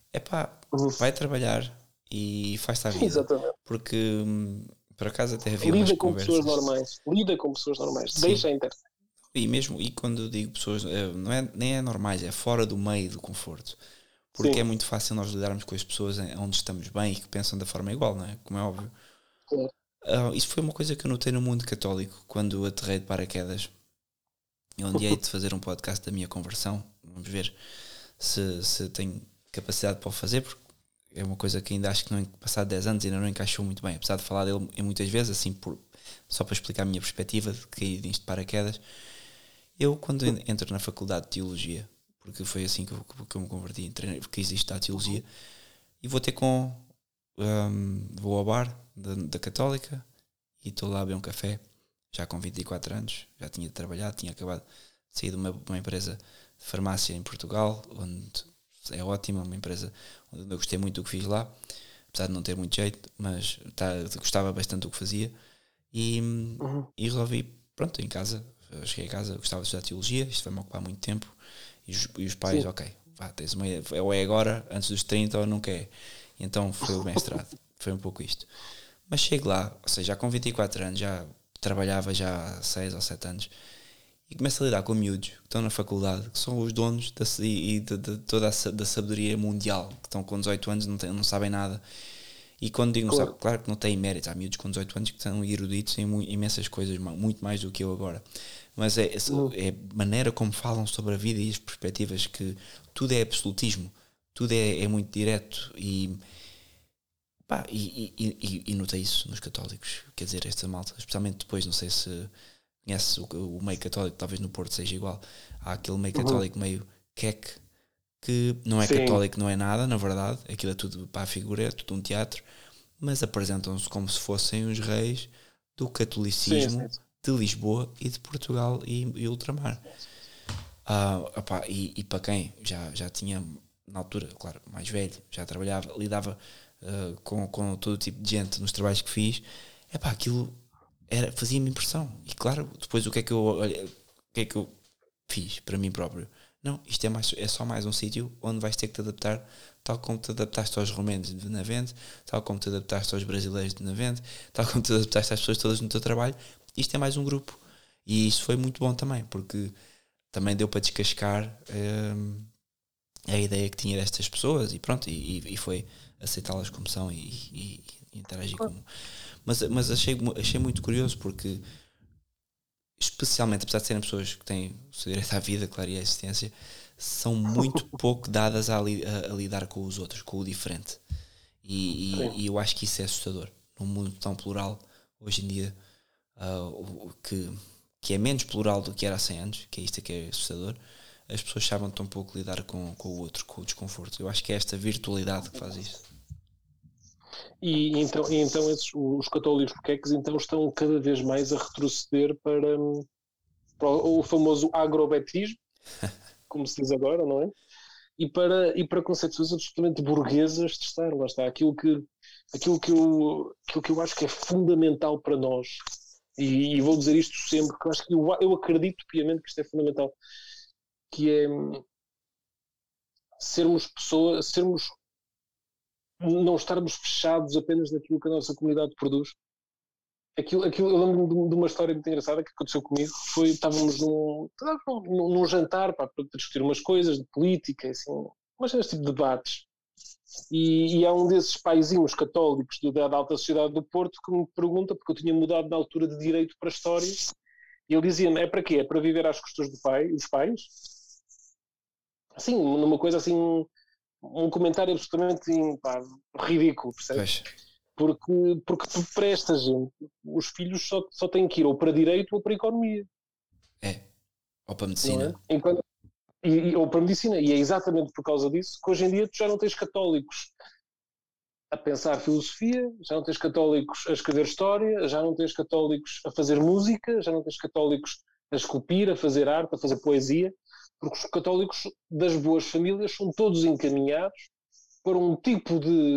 vai trabalhar e faz-te a vida. Exatamente. Porque por acaso até havia umas conversas. Lida com pessoas normais. Sim. Deixa a internet. E quando digo pessoas, nem é normais, é fora do meio do conforto. Porque é muito fácil nós lidarmos com as pessoas onde estamos bem e que pensam da forma igual, não é? Como é óbvio. Claro. Isso foi uma coisa que eu notei no mundo católico quando aterrei de paraquedas. Eu um dia hei de fazer um podcast da minha conversão. Vamos ver se tenho capacidade para o fazer, porque é uma coisa que ainda acho que passado 10 anos ainda não encaixou muito bem, apesar de falar dele muitas vezes, assim, só para explicar a minha perspectiva de cair nisto de paraquedas. Eu, quando entro na faculdade de Teologia, porque foi assim que eu me converti, porque existe a Teologia, e vou ter vou ao bar da Católica e estou lá a beber um café, já com 24 anos, já tinha trabalhado, tinha acabado de sair de uma empresa de farmácia em Portugal, onde é ótima, uma empresa onde eu gostei muito do que fiz lá, apesar de não ter muito jeito, mas gostava bastante do que fazia, e resolvi, pronto, em casa, cheguei a casa, gostava de estudar Teologia, isto vai-me ocupar muito tempo, e os pais, ok, tens ou é agora, antes dos 30 ou nunca é. Então foi o mestrado, foi um pouco isto. Mas chego lá, ou seja, já com 24 anos, já trabalhava já há 6 ou 7 anos, e começo a lidar com miúdos que estão na faculdade, que são os donos de toda da sabedoria mundial, que estão com 18 anos, não sabem nada. E quando digo, claro que não têm méritos, há miúdos com 18 anos que estão eruditos em imensas coisas, muito mais do que eu agora. Mas é a maneira como falam sobre a vida e as perspectivas, que tudo é absolutismo, tudo é muito direto, e notei isso nos católicos, quer dizer, esta malta, especialmente depois, não sei se conhece o meio católico, talvez no Porto seja igual, há aquele meio católico meio queque, que não é católico, não é nada, na verdade, aquilo é tudo para a figura, é tudo um teatro, mas apresentam-se como se fossem os reis do catolicismo de Lisboa e de Portugal e ultramar. E para quem já tinha, na altura, claro, mais velho, já trabalhava, lidava com todo tipo de gente nos trabalhos que fiz, aquilo fazia-me impressão. E claro, depois o que é que eu fiz para mim próprio? Não, isto é só mais um sítio onde vais ter que te adaptar, tal como te adaptaste aos romenos de Navente, tal como te adaptaste aos brasileiros de Navente, tal como te adaptaste às pessoas todas no teu trabalho. Isto é mais um grupo. E isso foi muito bom também, porque também deu para descascar a ideia que tinha destas pessoas, e pronto, e foi aceitá-las como são e interagir como. Mas achei muito curioso, porque especialmente, apesar de serem pessoas que têm o seu direito à vida, claro, e à existência, são muito pouco dadas a lidar com os outros, com o diferente. E eu acho que isso é assustador. Num mundo tão plural, hoje em dia, que é menos plural do que era há 100 anos, que é isto que é assustador, as pessoas sabem tão pouco lidar com o outro, com o desconforto. Eu acho que é esta virtualidade que faz isso. E então os católicos porqueques então estão cada vez mais a retroceder para o famoso agrobetismo, como se diz agora, não é? E para concepções absolutamente burguesas de estar, lá está, aquilo que eu acho que é fundamental para nós, e vou dizer isto sempre, que eu acho que eu acredito piamente que isto é fundamental, que é sermos pessoas, não estarmos fechados apenas naquilo que a nossa comunidade produz. Eu lembro-me de uma história muito engraçada que aconteceu comigo. Estávamos num jantar para discutir umas coisas de política, assim, mas este tipo de debates. E há um desses paizinhos católicos da alta sociedade do Porto que me pergunta, porque eu tinha mudado na altura de direito para a história, e ele dizia-me: é para quê? É para viver às custas dos pais? Assim, numa coisa assim, um comentário absolutamente ridículo, percebes? Porque para esta gente, os filhos só têm que ir ou para direito ou para economia. Ou para medicina. Ou para medicina. E é exatamente por causa disso que hoje em dia tu já não tens católicos a pensar filosofia, já não tens católicos a escrever história, já não tens católicos a fazer música, já não tens católicos a esculpir, a fazer arte, a fazer poesia, porque os católicos das boas famílias são todos encaminhados para um tipo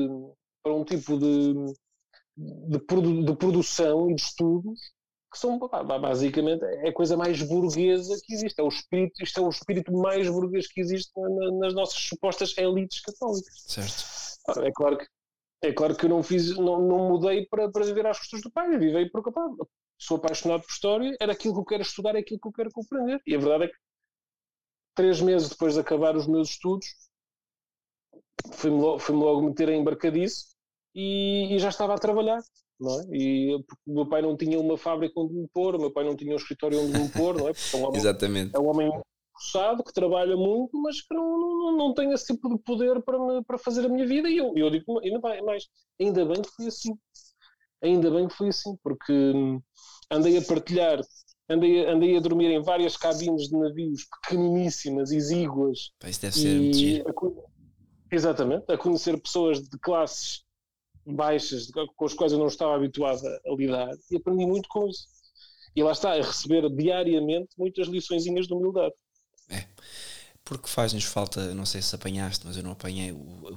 de produção e de estudos que são basicamente a coisa mais burguesa que existe. Isto é o espírito mais burguês que existe nas nossas supostas elites católicas. Certo. É claro que eu não mudei para viver às custas do pai, eu vivei porque sou apaixonado por história, era aquilo que eu quero estudar, é aquilo que eu quero compreender. E a verdade é que 3 meses depois de acabar os meus estudos, fui-me logo meter em embarcadiço e já estava a trabalhar. Não é? E porque o meu pai não tinha uma fábrica onde me pôr, o meu pai não tinha um escritório onde me pôr, não é? Porque Exatamente. É um homem forçado, que trabalha muito, mas que não tem esse tipo de poder para fazer a minha vida. E eu digo, ainda bem que foi assim. Ainda bem que foi assim, porque andei a partilhar, andei a dormir em várias cabines de navios pequeniníssimas, exíguas. Isso deve ser muito giro. Exatamente, a conhecer pessoas de classes baixas com as quais eu não estava habituado a lidar, e aprendi muito com isso. E lá está, a receber diariamente muitas liçõezinhas de humildade. Porque faz-nos falta, não sei se apanhaste, mas eu não apanhei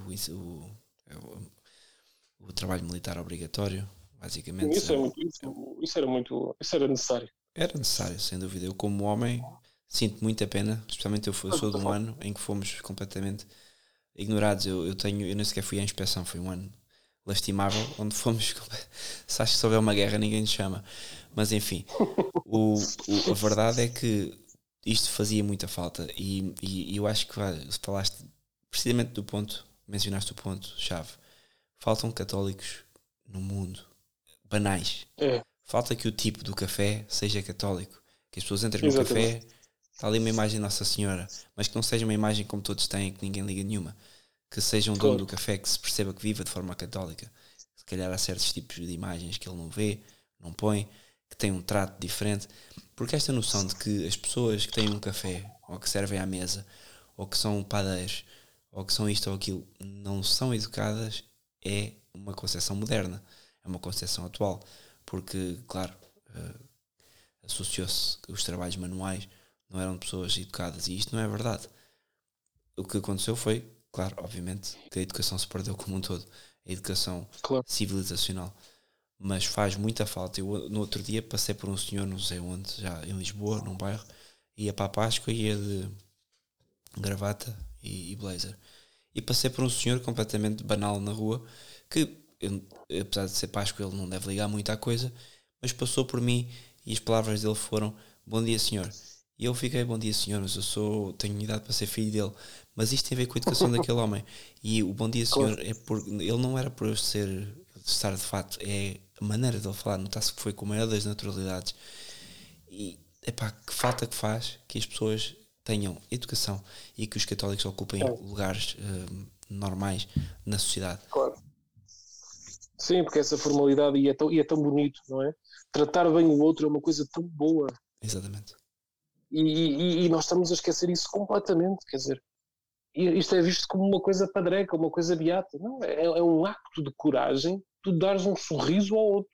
o trabalho militar obrigatório, basicamente. Isso era necessário. Era necessário, sem dúvida. Eu, como homem, sinto muita pena, especialmente eu sou de um ano em que fomos completamente ignorados. Eu nem sequer fui à inspeção, foi um ano lastimável, onde fomos. Se acho que se houver uma guerra, ninguém nos chama. Mas enfim, a verdade é que isto fazia muita falta. E eu acho que falaste precisamente do ponto, mencionaste o ponto-chave. Faltam católicos no mundo, banais. Falta que o tipo do café seja católico. Que as pessoas entrem no café, está ali uma imagem de Nossa Senhora, mas que não seja uma imagem como todos têm, que ninguém liga nenhuma. Que seja um dono do café que se perceba que viva de forma católica. Se calhar há certos tipos de imagens que ele não vê, não põe, que tem um trato diferente. Porque esta noção de que as pessoas que têm um café, ou que servem à mesa, ou que são padeiros, ou que são isto ou aquilo, não são educadas, é uma concepção moderna, é uma concepção atual. Porque, claro, associou-se que os trabalhos manuais não eram de pessoas educadas, e isto não é verdade. O que aconteceu foi, claro, obviamente, que a educação se perdeu como um todo, a educação civilizacional. mas faz muita falta. Eu no outro dia passei por um senhor, não sei onde, já em Lisboa, num bairro, ia para a Páscoa, ia de gravata e blazer. E passei por um senhor completamente banal na rua, que, apesar de ser Páscoa, ele não deve ligar muito à coisa, mas passou por mim e as palavras dele foram: bom dia, senhor. E eu fiquei: bom dia, senhor, mas tenho idade para ser filho dele. Mas isto tem a ver com a educação daquele homem. E o bom dia, senhor, Claro. é ele não era por eu estar de fato, é a maneira dele falar, notar-se que foi com a maior das naturalidades. E epá, que falta que faz que as pessoas tenham educação e que os católicos ocupem É, lugares normais na sociedade. claro. Sim, porque essa formalidade e é tão bonito, não é? Tratar bem o outro é uma coisa tão boa. Exatamente. E nós estamos a esquecer isso completamente, quer dizer, isto é visto como uma coisa padreca, uma coisa beata. Não, é um acto de coragem tu dares um sorriso ao outro.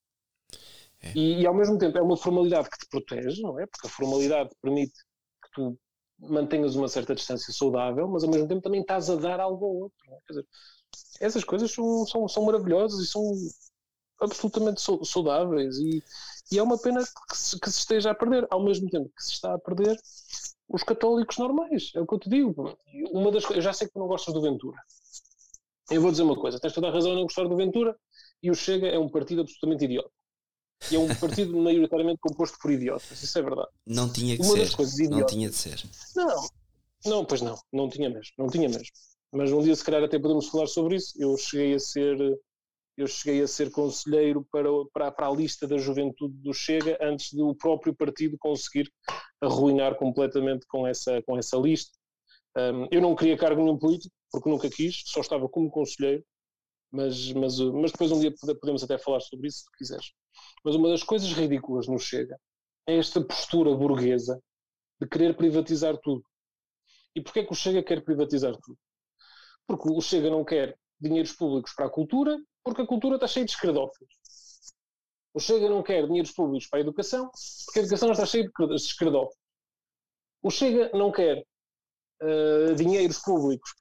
É. E ao mesmo tempo é uma formalidade que te protege, não é? Porque a formalidade permite que tu mantenhas uma certa distância saudável, mas ao mesmo tempo também estás a dar algo ao outro. Não é? Quer dizer, essas coisas são maravilhosas e são absolutamente saudáveis e é uma pena que se esteja a perder, ao mesmo tempo que se está a perder os católicos normais, é o que eu te digo. Eu já sei que tu não gostas do Ventura. Eu vou dizer uma coisa, tens toda a razão em não gostar do Ventura, e o Chega é um partido absolutamente idiota. E é um partido maioritariamente composto por idiotas, isso é verdade. Não tinha que Uma das ser. coisas Não idiotas... tinha de ser. Não, não, pois não tinha mesmo, não tinha mesmo. Mas um dia se calhar até podemos falar sobre isso. Eu cheguei a ser conselheiro para a lista da juventude do Chega antes do próprio partido conseguir arruinar completamente com essa lista. Eu não queria cargo nenhum político, porque nunca quis, só estava como conselheiro, mas depois um dia podemos até falar sobre isso, se quiseres. Mas uma das coisas ridículas no Chega é esta postura burguesa de querer privatizar tudo. E porquê que o Chega quer privatizar tudo? Porque o Chega não quer dinheiros públicos para a cultura, porque a cultura está cheia de esquerdófilos. O Chega não quer dinheiros públicos para a educação, porque a educação está cheia de esquerdófilos. O Chega não quer dinheiros públicos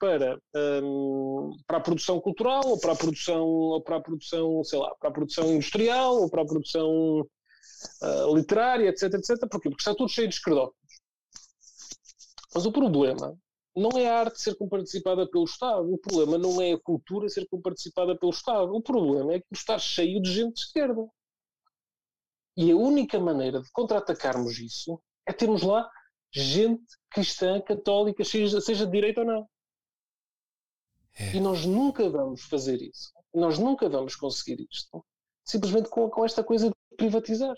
para a produção cultural, ou para a produção, sei lá, para a produção industrial, ou para a produção literária, etc, etc. Porquê? Porque está tudo cheio de esquerdófilos. Mas o problema não é a arte ser comparticipada pelo Estado. O problema não é a cultura ser comparticipada pelo Estado. O problema é que está cheio de gente de esquerda. E a única maneira de contra-atacarmos isso é termos lá gente cristã, católica, seja de direita ou não. É. E nós nunca vamos fazer isso. Nós nunca vamos conseguir isto. Simplesmente com esta coisa de privatizar.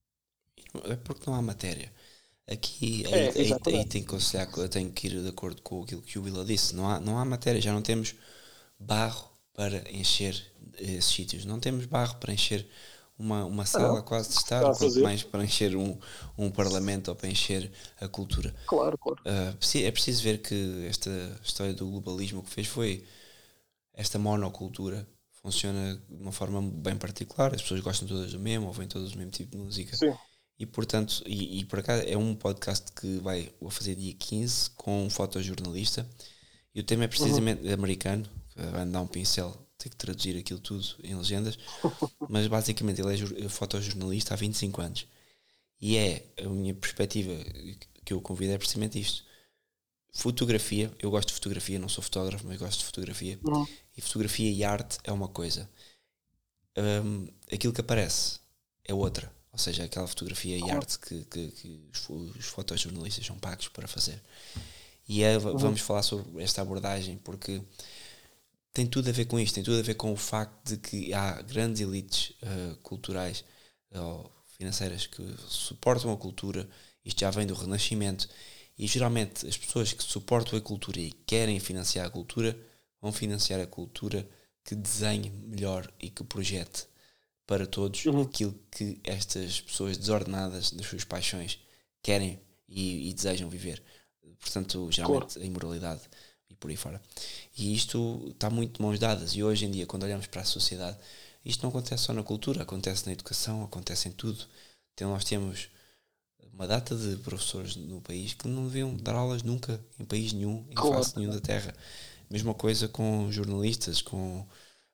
É porque não há matéria. Aqui, aí Exatamente. tenho que aconselhar, eu tenho que ir de acordo com aquilo que o Willa disse. Não há matéria, já não temos barro para encher esses sítios. Não temos barro para encher uma sala Não. quase de Está estar, a quanto fazer? mais para encher um parlamento ou para encher a cultura. Claro, claro. É preciso ver que esta história do globalismo, o que fez foi esta monocultura. Funciona de uma forma bem particular, as pessoas gostam todas do mesmo, ouvem todas o mesmo tipo de música. Sim. E portanto, e por acaso é um podcast que vou fazer dia 15 com um fotojornalista, e o tema é precisamente americano, vai dar um pincel, tem que traduzir aquilo tudo em legendas, mas basicamente ele é fotojornalista há 25 anos. E é a minha perspectiva que eu convido é precisamente isto. Fotografia, eu gosto de fotografia, não sou fotógrafo, mas gosto de fotografia. Uhum. E fotografia e arte é uma coisa. Aquilo que aparece é outra. Ou seja, aquela fotografia e arte que os fotojornalistas são pagos para fazer. E vamos falar sobre esta abordagem porque tem tudo a ver com isto, tem tudo a ver com o facto de que há grandes elites culturais ou financeiras que suportam a cultura. Isto já vem do Renascimento. E geralmente as pessoas que suportam a cultura e querem financiar a cultura vão financiar a cultura que desenhe melhor e que projete para todos aquilo que estas pessoas desordenadas das suas paixões querem e desejam viver. Portanto, geralmente a imoralidade e por aí fora. E isto está muito de mãos dadas. E hoje em dia, quando olhamos para a sociedade, isto não acontece só na cultura, acontece na educação, acontece em tudo. Então nós temos uma data de professores no país que não deviam dar aulas nunca, em país nenhum, em face nenhum da terra. Mesma coisa com jornalistas, com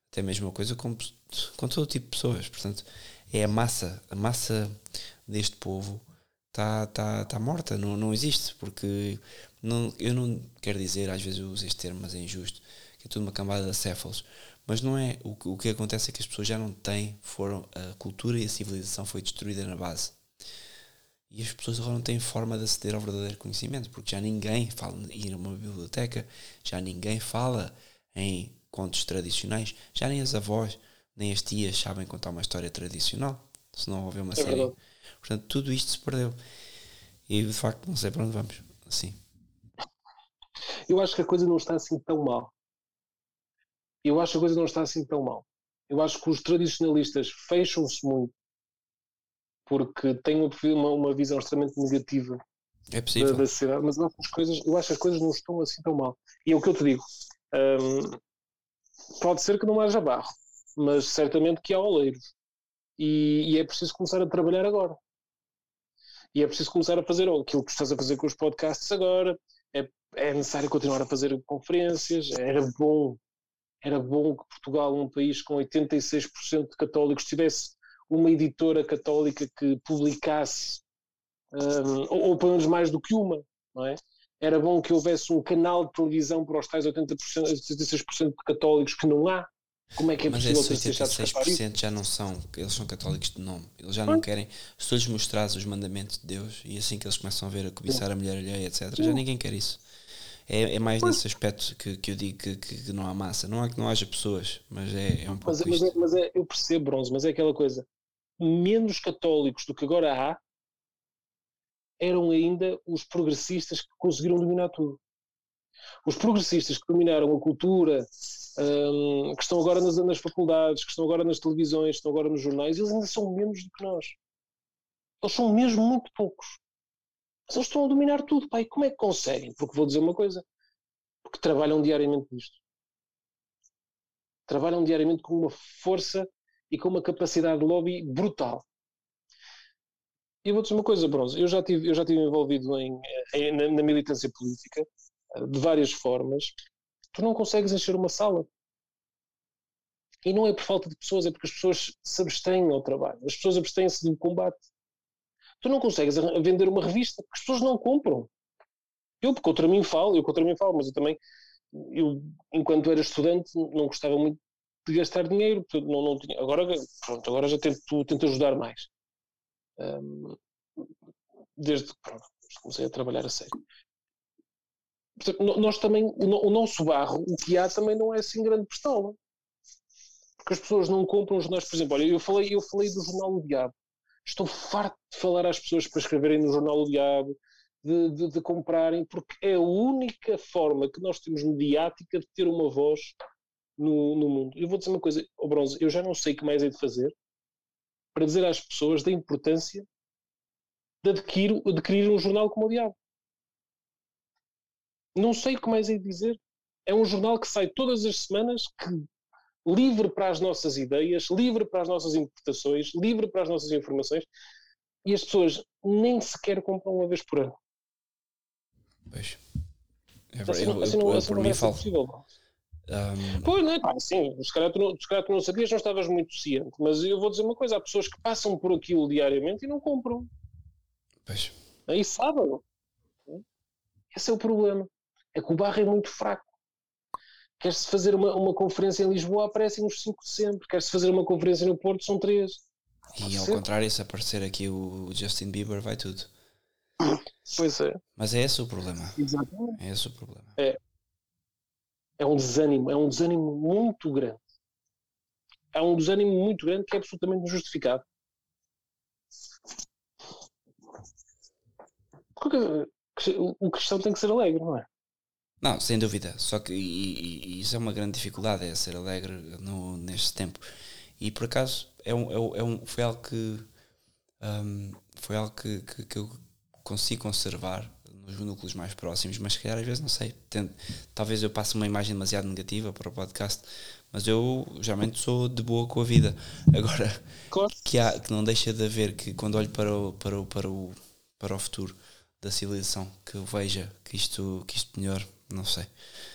Até mesmo uma coisa com todo tipo de pessoas. Portanto, é a massa deste povo está morta, não existe, porque eu não quero dizer, às vezes eu uso este termo, mas é injusto, que é tudo uma cambada de acéfalos, mas não é, o que acontece é que as pessoas já não têm, a cultura e a civilização foi destruída na base, e as pessoas agora não têm forma de aceder ao verdadeiro conhecimento, porque já ninguém fala em ir a uma biblioteca, já ninguém fala em contos tradicionais, já nem as avós nem as tias sabem contar uma história tradicional, se não houver uma série. Verdade. Portanto, tudo isto se perdeu. E de facto, não sei para onde vamos. Assim. Eu acho que a coisa não está assim tão mal. Eu acho que a coisa não está assim tão mal. Eu acho que os tradicionalistas fecham-se muito porque têm uma visão extremamente negativa É possível. da sociedade, mas eu acho que as coisas não estão assim tão mal. E é o que eu te digo. Pode ser que não haja barro, mas certamente que há oleiros. E é preciso começar a trabalhar agora. E é preciso começar a fazer aquilo que estás a fazer com os podcasts agora. É necessário continuar a fazer conferências. Era bom que Portugal, um país com 86% de católicos, tivesse uma editora católica que publicasse, ou pelo menos mais do que uma, não é? Era bom que houvesse um canal de televisão para os tais 86% de católicos que não há. Como é que é Mas possível esses deixar de escapar isso? 86% já não são, eles são católicos de nome. Eles já não querem, se tu lhes mostrares os mandamentos de Deus e assim que eles começam a ver a cobiçar a mulher alheia, etc., já ninguém quer isso. É mais nesse aspecto que eu digo que não há massa. Não é que não haja pessoas, mas é um pouco isto. Eu percebo, Bronze, mas é aquela coisa. Menos católicos do que agora há eram ainda os progressistas que conseguiram dominar tudo. Os progressistas que dominaram a cultura, que estão agora nas faculdades, que estão agora nas televisões, que estão agora nos jornais, eles ainda são menos do que nós. Eles são mesmo muito poucos. Mas eles estão a dominar tudo, pai. Como é que conseguem? Porque vou dizer uma coisa. Porque trabalham diariamente nisto. Trabalham diariamente com uma força e com uma capacidade de lobby brutal. E vou dizer uma coisa, Bronze. Eu já tive envolvido na militância política de várias formas. Tu não consegues encher uma sala. E não é por falta de pessoas, é porque as pessoas se abstêm ao trabalho. As pessoas abstêm-se do combate. Tu não consegues vender uma revista porque as pessoas não compram. Eu contra mim falo, mas eu também, enquanto era estudante, não gostava muito de gastar dinheiro. Não tinha, agora já tento ajudar mais. Desde que comecei a trabalhar a sério. Portanto, nós também, o nosso barro, o que há também não é assim grande pistola. Porque as pessoas não compram os jornais. Por exemplo, olha, eu falei do jornal O Diabo. Estou farto de falar às pessoas para escreverem no jornal O Diabo, de comprarem, porque é a única forma que nós temos mediática de ter uma voz no mundo. Eu vou dizer uma coisa, Bronze, eu já não sei o que mais é de fazer para dizer às pessoas da importância de adquirir um jornal como O Diabo. Não sei o que mais é de dizer. É um jornal que sai todas as semanas, livre para as nossas ideias, livre para as nossas interpretações, livre para as nossas informações, e as pessoas nem sequer compram uma vez por ano. Pois. Por mim falo. Pois, não é? Pá, sim, se calhar tu não sabias, não estavas muito ciente, mas eu vou dizer uma coisa, há pessoas que passam por aquilo diariamente e não compram. Pois. Aí sabem. Esse é o problema. É que o barro é muito fraco. Quer-se fazer uma conferência em Lisboa, aparecem uns 5 de sempre. Quer-se fazer uma conferência no Porto, são 3. E ao contrário, se aparecer aqui o Justin Bieber, vai tudo. Pois é. Mas é esse o problema. Exatamente. É esse o problema. É um desânimo muito grande. É um desânimo muito grande que é absolutamente injustificado. Porque o cristão tem que ser alegre, não é? Não, sem dúvida. Só que e isso é uma grande dificuldade, é ser alegre neste tempo. E por acaso foi algo que eu consigo conservar nos núcleos mais próximos, mas se calhar às vezes não sei. Talvez eu passe uma imagem demasiado negativa para o podcast, mas eu geralmente sou de boa com a vida. Agora, claro. que não deixa de haver, que quando olho para o futuro da civilização, que eu veja que isto melhor, não sei.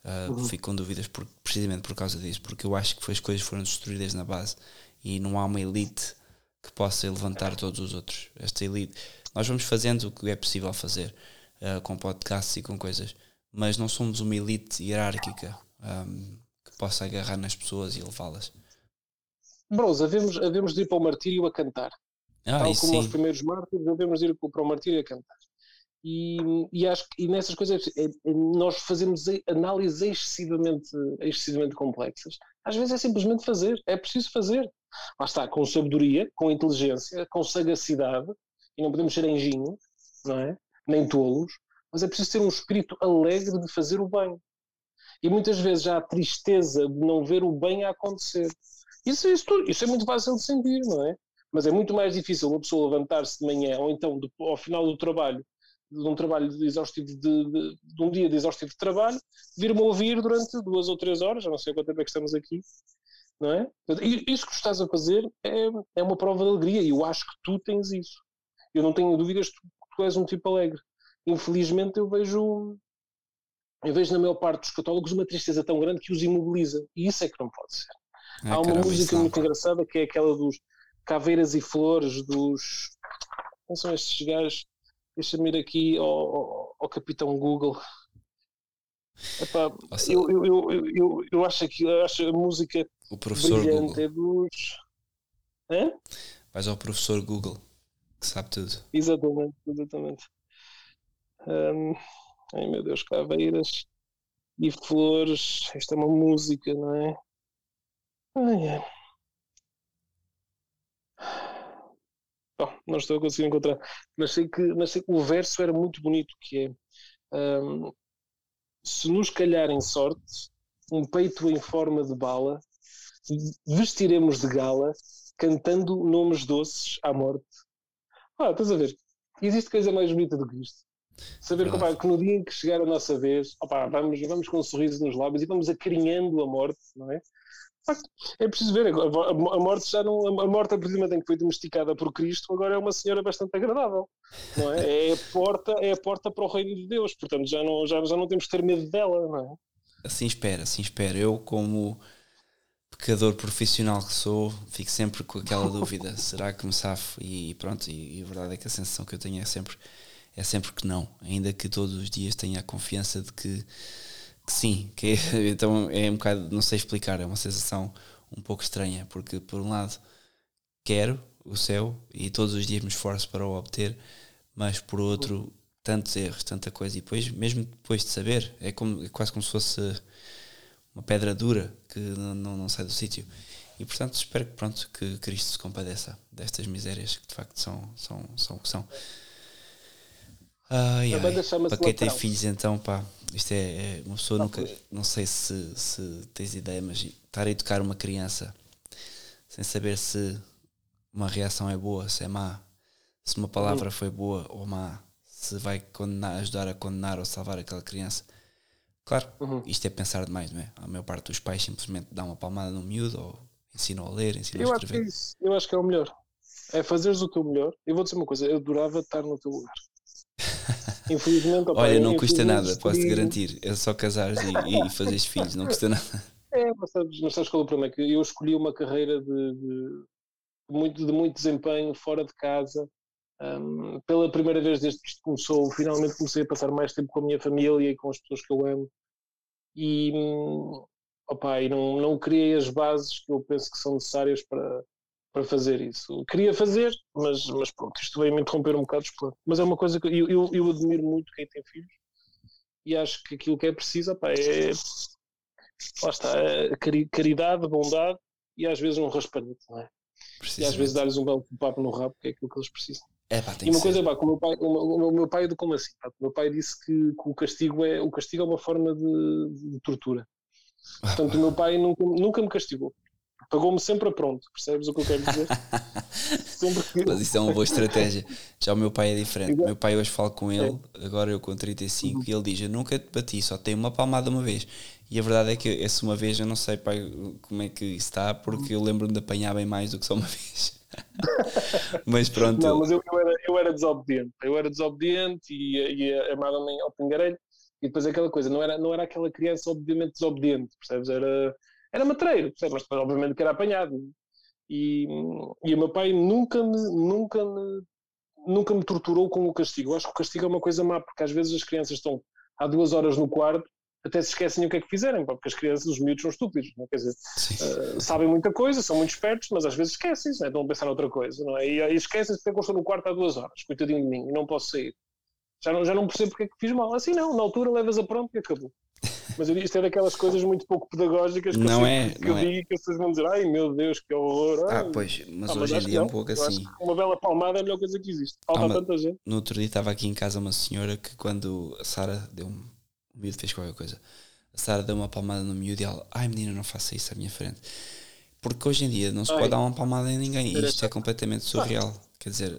Fico com dúvidas precisamente por causa disso, porque eu acho que as coisas foram destruídas na base e não há uma elite que possa levantar todos os outros. Esta elite, nós vamos fazendo o que é possível fazer, com podcasts e com coisas, mas não somos uma elite hierárquica que possa agarrar nas pessoas e levá-las. Bros, havemos de ir para o martírio a cantar. Tal como os primeiros mártires, devemos ir para o martírio a cantar. E acho que nessas coisas nós fazemos análises excessivamente complexas. Às vezes é simplesmente fazer, é preciso fazer. Lá está, com sabedoria, com inteligência, com sagacidade, e não podemos ser anjinhos, não é? Nem tolos, mas é preciso ter um espírito alegre de fazer o bem. E muitas vezes há a tristeza de não ver o bem a acontecer. Isso é muito fácil de sentir, não é? Mas é muito mais difícil uma pessoa levantar-se de manhã, ou então ao final do trabalho, de um trabalho exaustivo de um dia de exaustivo de trabalho, vir-me ouvir durante 2 ou 3 horas, já não sei quanto tempo é que estamos aqui, não é? Isso que tu estás a fazer é uma prova de alegria, e eu acho que tu tens isso. Eu não tenho dúvidas que tu és um tipo alegre. Infelizmente eu vejo na maior parte dos católicos uma tristeza tão grande que os imobiliza, e isso é que não pode ser. Há uma música muito engraçada que é aquela dos Caveiras e Flores, dos... Quem são estes gajos? Deixa-me ir aqui ao Capitão Google. Epá, eu acho a música o professor brilhante. Google. É dos... Hã? Vais ao professor Google, que sabe tudo. Exatamente. Ai meu Deus, Caveiras e Flores. Esta é uma música, não é? Ai. Bom, não estou a conseguir encontrar, mas sei que o verso era muito bonito, que é se nos calhar em sorte um peito em forma de bala, vestiremos de gala, cantando nomes doces à morte. Estás a ver? Existe coisa mais bonita do que isto. Saber que no dia em que chegar a nossa vez, vamos com um sorriso nos lábios e vamos acarinhando a morte, não é? É preciso ver, a morte já não. A morte, a partir do momento em que foi domesticada por Cristo, agora é uma senhora bastante agradável, não é? É a porta para o reino de Deus, portanto já não temos que ter medo dela, não é? Assim espero. Eu, como pecador profissional que sou, fico sempre com aquela dúvida: será que me safo? E pronto, e a verdade é que a sensação que eu tenho é sempre que não, ainda que todos os dias tenha a confiança de que sim, então é um bocado, não sei explicar, é uma sensação um pouco estranha, porque por um lado quero o céu e todos os dias me esforço para o obter, mas por outro, tantos erros, tanta coisa, e depois, mesmo depois de saber, é quase como se fosse uma pedra dura que não sai do sítio. E portanto espero que Cristo se compadeça destas misérias que de facto são o que são. Para quem tem filhos, então, isto é uma pessoa nunca, não sei se tens ideia, mas estar a educar uma criança sem saber se uma reação é boa, se é má, se uma palavra foi boa ou má, se vai ajudar a condenar ou salvar aquela criança. Claro, isto é pensar demais, não é? A maior parte dos pais simplesmente dá uma palmada no miúdo ou ensinam a ler, ensinam a escrever. Eu acho que é o melhor. É fazeres o teu melhor. Eu vou dizer uma coisa, eu adorava estar no teu lugar. Infelizmente, olha, não custa nada, posso-te garantir. É só casares e fazeres filhos, não custa nada. Mas sabes qual é o problema? É que eu escolhi uma carreira de muito desempenho fora de casa. Pela primeira vez desde que isto começou, finalmente comecei a passar mais tempo com a minha família e com as pessoas que eu amo. E não criei as bases que eu penso que são necessárias para fazer isso. Queria fazer, mas pronto, isto veio-me interromper um bocado os planos. Mas é uma coisa que eu admiro muito quem tem filhos, e acho que aquilo que é preciso lá está, caridade, bondade e às vezes um raspanete, não é? E às vezes dar-lhes um belo papo no rabo, que é aquilo que eles precisam. E uma coisa, o meu pai educou-me assim. O meu pai disse que o castigo é uma forma de tortura. Portanto, o meu pai nunca me castigou. Pagou-me sempre a pronto, percebes o que eu quero dizer? Mas isso é uma boa estratégia. Já o meu pai é diferente. O meu pai, hoje falo com ele, agora eu com 35, e ele diz: eu nunca te bati, só tenho uma palmada uma vez. E a verdade é que essa uma vez eu não sei, pai, como é que isso está, porque eu lembro-me de apanhar bem mais do que só uma vez. Mas pronto. Não, mas eu era desobediente. Eu era desobediente e amava-me ao pingarelho. E depois aquela coisa, não era aquela criança obviamente desobediente, percebes? Era matreiro, percebes? Mas depois, obviamente que era apanhado. E, e o meu pai nunca me torturou com o castigo. Eu acho que o castigo é uma coisa má, porque às vezes as crianças estão há 2 horas no quarto, até se esquecem o que é que fizerem, porque as crianças, os miúdos são estúpidos, não é? Quer dizer, sabem muita coisa, são muito espertos, mas às vezes esquecem-se, não é? Estão a pensar noutra coisa, não é? E esquecem-se porque eu estou no quarto há 2 horas, coitadinho de mim, e não posso sair. Já não percebo porque é que fiz mal. Assim não, na altura levas a pronto e acabou. Mas isto é daquelas coisas muito pouco pedagógicas que Não eu, é, que eu não é. digo e que as pessoas vão dizer, ai meu Deus, que horror. Ai. Pois, mas Mas hoje em acho que dia é um não. pouco Eu acho assim. que uma bela palmada é a melhor coisa que existe. Falta tanta gente. No outro dia estava aqui em casa uma senhora que quando a Sara deu o miúdo fez qualquer coisa, a Sara deu uma palmada no miúdo e ela, ai menina, não faça isso à minha frente. Porque hoje em dia não se pode dar uma palmada em ninguém e isto é completamente surreal. Quer dizer,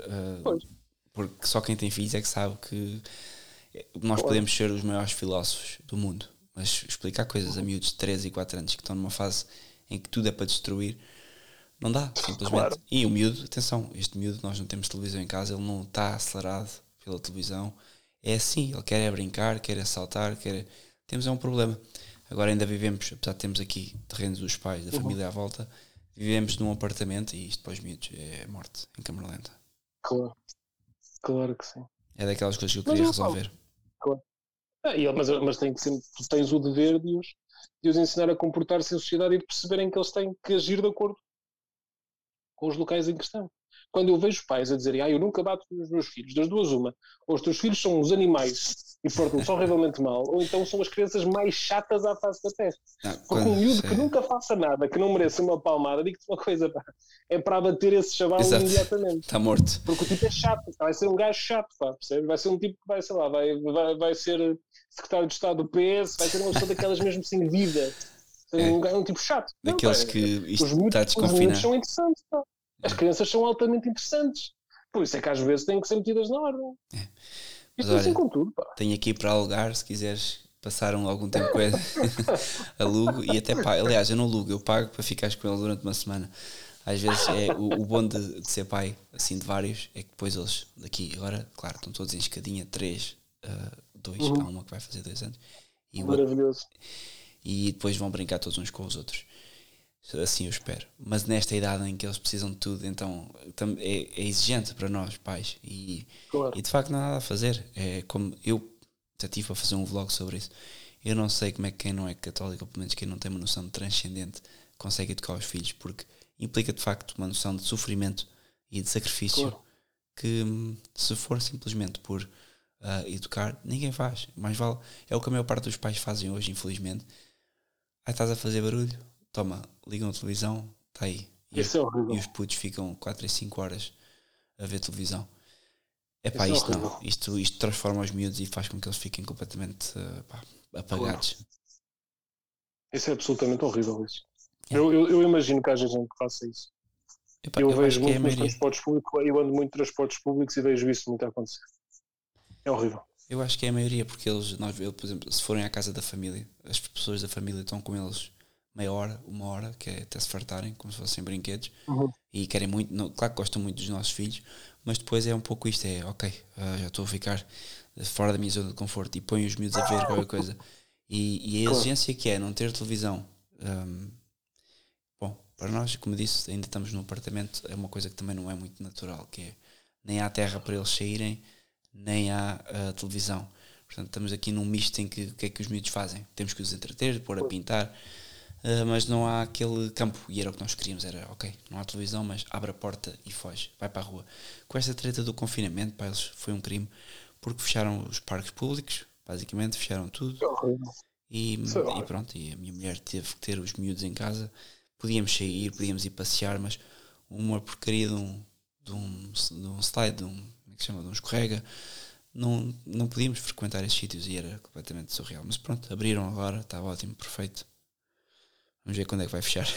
porque só quem tem filhos é que sabe que nós podemos ser os maiores filósofos do mundo, mas explicar coisas a miúdos de 3 e 4 anos que estão numa fase em que tudo é para destruir, não dá, simplesmente. Claro. E o miúdo, atenção, este miúdo, nós não temos televisão em casa, ele não está acelerado pela televisão, é assim, ele quer é brincar, quer é saltar, temos um problema. Agora ainda vivemos, apesar de termos aqui terrenos dos pais, da família à volta, vivemos num apartamento e isto para os miúdos é morte em câmara lenta. Claro que sim. É daquelas coisas que eu queria resolver. Claro. Mas tem que sempre, tu tens o dever de os ensinar a comportar-se em sociedade e de perceberem que eles têm que agir de acordo com os locais em questão. Quando eu vejo pais a dizerem, eu nunca bato nos meus filhos, das duas uma, ou os teus filhos são uns animais e portam-se horrivelmente mal, ou então são as crianças mais chatas à face da terra. Porque um miúdo que nunca faça nada, que não mereça uma palmada, digo-te uma coisa, pá, é para abater esse chaval imediatamente. Está morto. Porque o tipo é chato, vai ser um gajo chato, pá, percebe? Vai ser um tipo que vai, sei lá, vai ser secretário de Estado do PS, vai ser uma pessoa daquelas mesmo sem vida. Um tipo chato. Daqueles não, que isto os miúdos, está a desconfinar. Os miúdos são interessantes, pá. As crianças são altamente interessantes. Por isso é que às vezes têm que ser metidas na ordem. Isto é assim com tudo, pá. Tenho aqui para alugar, se quiseres passar algum tempo com ele. Alugo e até pago. Aliás, eu não alugo, eu pago para ficares com ele durante uma semana. Às vezes é o bom de ser pai, assim, de vários, é que depois eles daqui, agora, claro, estão todos em escadinha, 3, 2, há uma que vai fazer 2 anos. Maravilhoso. E depois vão brincar todos uns com os outros. Assim eu espero. Mas nesta idade em que eles precisam de tudo, então é exigente para nós, pais. E de facto não há nada a fazer. É como eu já tive a fazer um vlog sobre isso. Eu não sei como é que quem não é católico, ou pelo menos quem não tem uma noção de transcendente, consegue educar os filhos, porque implica de facto uma noção de sofrimento e de sacrifício que, se for simplesmente por educar, ninguém faz. Mais vale, é o que a maior parte dos pais fazem hoje, infelizmente. Estás a fazer barulho? Toma, ligam a televisão, está aí. E os putos ficam 4 e 5 horas a ver televisão. Epá, isto não. Isto transforma os miúdos e faz com que eles fiquem completamente apagados. Isso é absolutamente horrível, isso. Eu imagino que haja gente que faça isso. Epá, eu vejo muito nos transportes públicos, eu ando muito em transportes públicos e vejo isso muito a acontecer. É horrível. Eu acho que é a maioria, porque por exemplo, se forem à casa da família, as pessoas da família estão com eles meia hora, uma hora, que é até se fartarem, como se fossem brinquedos, e querem muito, claro que gostam muito dos nossos filhos, mas depois é um pouco isto, já estou a ficar fora da minha zona de conforto e põe os miúdos a ver qualquer coisa. E a exigência que é não ter televisão, bom, para nós, como disse, ainda estamos num apartamento, é uma coisa que também não é muito natural, que é nem há terra para eles saírem, nem há televisão. Portanto, estamos aqui num misto em que o que é que os miúdos fazem? Temos que os entreter, pôr a pintar, mas não há aquele campo, e era o que nós queríamos, era não há televisão, mas abre a porta e foge, vai para a rua. Com esta treta do confinamento, para eles foi um crime, porque fecharam os parques públicos, basicamente fecharam tudo, e pronto, e a minha mulher teve que ter os miúdos em casa. Podíamos sair, podíamos ir passear, mas uma porcaria de um slide, como é que se chama, de um escorrega, não podíamos frequentar esses sítios e era completamente surreal. Mas pronto, abriram agora, está ótimo, perfeito. Vamos ver quando é que vai fechar.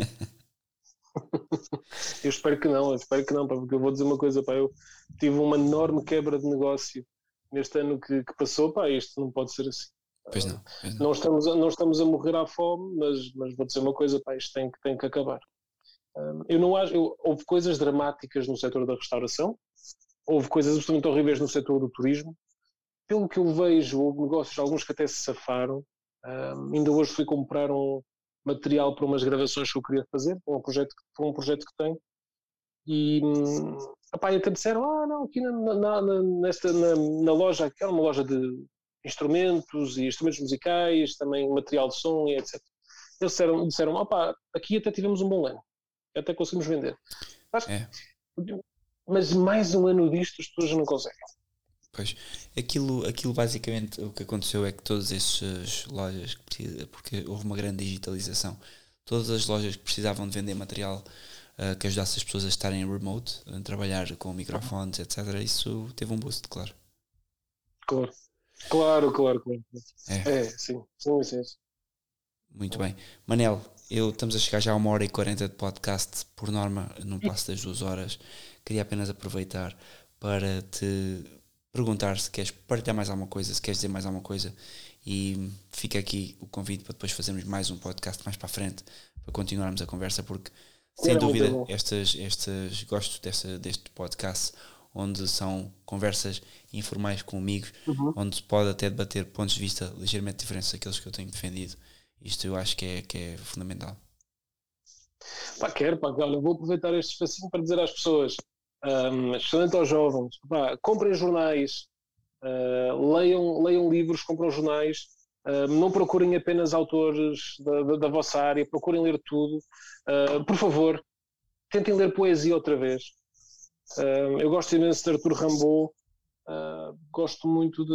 Eu espero que não, porque eu vou dizer uma coisa, eu tive uma enorme quebra de negócio neste ano que passou, isto não pode ser assim. Pois não. Não estamos a morrer à fome, mas vou dizer uma coisa, isto tem que acabar. Eu não acho, houve coisas dramáticas no setor da restauração, houve coisas absolutamente horríveis no setor do turismo, pelo que eu vejo, houve negócios, alguns que até se safaram. Ainda hoje fui comprar um material para umas gravações que eu queria fazer, para um projeto que tenho. E e até disseram, não, aqui na loja, que era uma loja de instrumentos e instrumentos musicais, também material de som e etc. Eles disseram aqui até tivemos um bom ano, até conseguimos vender. Mas mais um ano disto as pessoas não conseguem. Pois, aquilo basicamente o que aconteceu é que todas essas lojas, porque houve uma grande digitalização, todas as lojas que precisavam de vender material que ajudasse as pessoas a estarem remote, a trabalhar com microfones, etc., isso teve um boost, claro. Claro. Sim. Muito bem. Manel, estamos a chegar já a 1h40 de podcast, por norma, não passo das 2 horas. Queria apenas aproveitar para te perguntar se queres partilhar mais alguma coisa, se queres dizer mais alguma coisa, e fica aqui o convite para depois fazermos mais um podcast mais para a frente, para continuarmos a conversa, porque sem dúvida gosto deste podcast, onde são conversas informais com amigos, onde se pode até debater pontos de vista ligeiramente diferentes daqueles que eu tenho defendido. Isto eu acho que é fundamental. Olha, vou aproveitar este espacinho para dizer às pessoas, excelente aos jovens, comprem jornais, leiam livros, comprem jornais, não procurem apenas autores da vossa área, procurem ler tudo. Por favor, tentem ler poesia outra vez. Eu gosto imenso de Arthur Rimbaud, gosto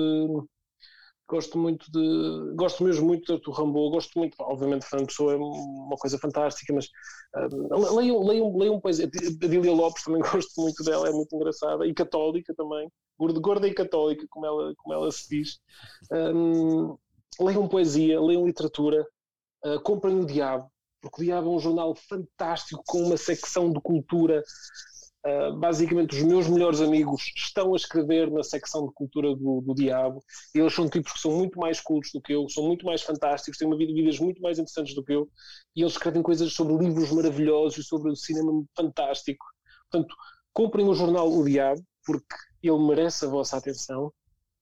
mesmo muito de Arthur Rimbaud, gosto muito, obviamente Fernando Pessoa é uma coisa fantástica, mas leiam poesia. A Dília Lopes também gosto muito dela, é muito engraçada, e católica também, gorda e católica, como ela se diz. Leiam poesia, leiam literatura, comprem o Diabo, porque o Diabo é um jornal fantástico com uma secção de cultura. Basicamente os meus melhores amigos estão a escrever na secção de cultura do Diabo. Eles são tipos que são muito mais cultos do que eu, são muito mais fantásticos, têm vidas muito mais interessantes do que eu, e eles escrevem coisas sobre livros maravilhosos, sobre o cinema fantástico. Portanto, comprem o jornal O Diabo, porque ele merece a vossa atenção.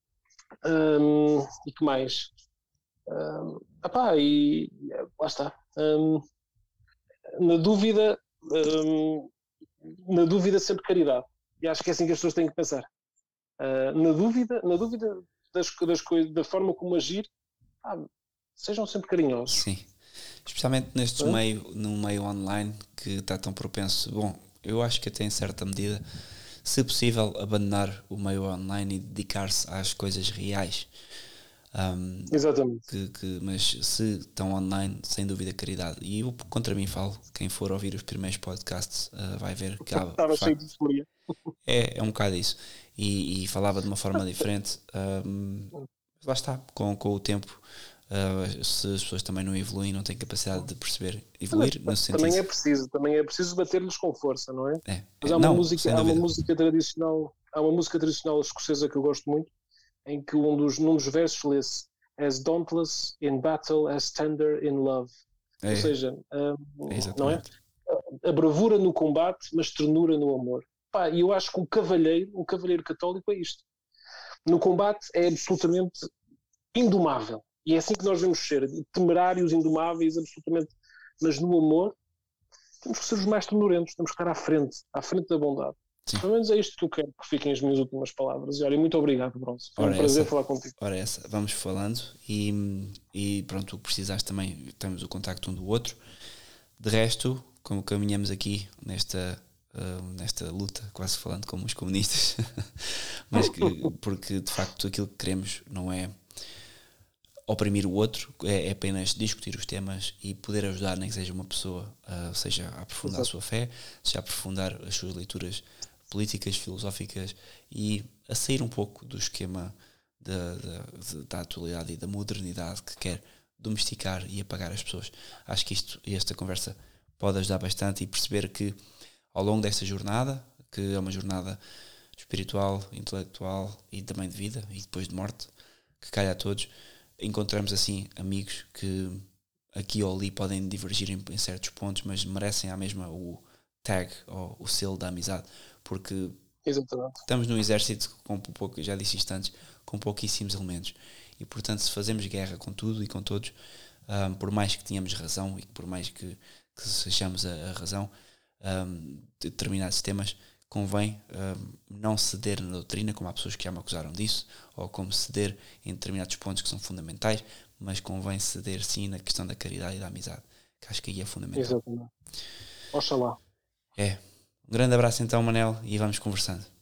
E que mais? E lá está. Na dúvida sempre caridade, e acho que é assim que as pessoas têm que pensar. Na dúvida das coisas, da forma como agir, sejam sempre carinhosos. Sim, especialmente no meio online que está tão propenso. Bom, eu acho que até em certa medida, se possível, abandonar o meio online e dedicar-se às coisas reais. Exatamente. Mas se estão online, sem dúvida caridade. E eu contra mim falo, quem for ouvir os primeiros podcasts vai ver que estava cheio de euforia. É um bocado isso. E falava de uma forma diferente. Lá está, com o tempo, se as pessoas também não evoluem, não têm capacidade de perceber evoluir no sentido. Também é preciso bater-lhes com força, não é? Mas há uma música tradicional escocesa que eu gosto muito, em que num dos versos lê-se as dauntless in battle as tender in love. Ou seja, não é? A bravura no combate, mas ternura no amor. E eu acho que um cavalheiro católico é isto. No combate é absolutamente indomável. E é assim que nós devemos ser, temerários, indomáveis, absolutamente. Mas no amor, temos que ser os mais ternurentos, temos que estar à frente da bondade. Sim. Pelo menos é isto que eu quero que fiquem as minhas últimas palavras. E olha, muito obrigado, Bronze. Foi um prazer falar contigo. Ora, vamos falando e pronto, o que precisares também, temos o contacto um do outro. De resto, como caminhamos aqui nesta luta, quase falando como os comunistas, mas porque de facto aquilo que queremos não é oprimir o outro, é apenas discutir os temas e poder ajudar nem que seja uma pessoa, seja a aprofundar a sua fé, seja a aprofundar as suas leituras políticas, filosóficas e a sair um pouco do esquema da atualidade e da modernidade que quer domesticar e apagar as pessoas. Acho que esta conversa pode ajudar bastante e perceber que ao longo desta jornada, que é uma jornada espiritual, intelectual e também de vida e depois de morte, que calha a todos, encontramos assim amigos que aqui ou ali podem divergir em certos pontos, mas merecem a mesma o tag ou o selo da amizade, porque Exatamente. Estamos num exército com pouco, já disse isto antes, com pouquíssimos elementos. E portanto, se fazemos guerra com tudo e com todos, por mais que tenhamos razão e por mais que sejamos a razão de determinados temas, convém não ceder na doutrina, como há pessoas que já me acusaram disso, ou como ceder em determinados pontos que são fundamentais, mas convém ceder sim na questão da caridade e da amizade, que acho que aí é fundamental. Exatamente. Oxalá. Um grande abraço então, Manel, e vamos conversando.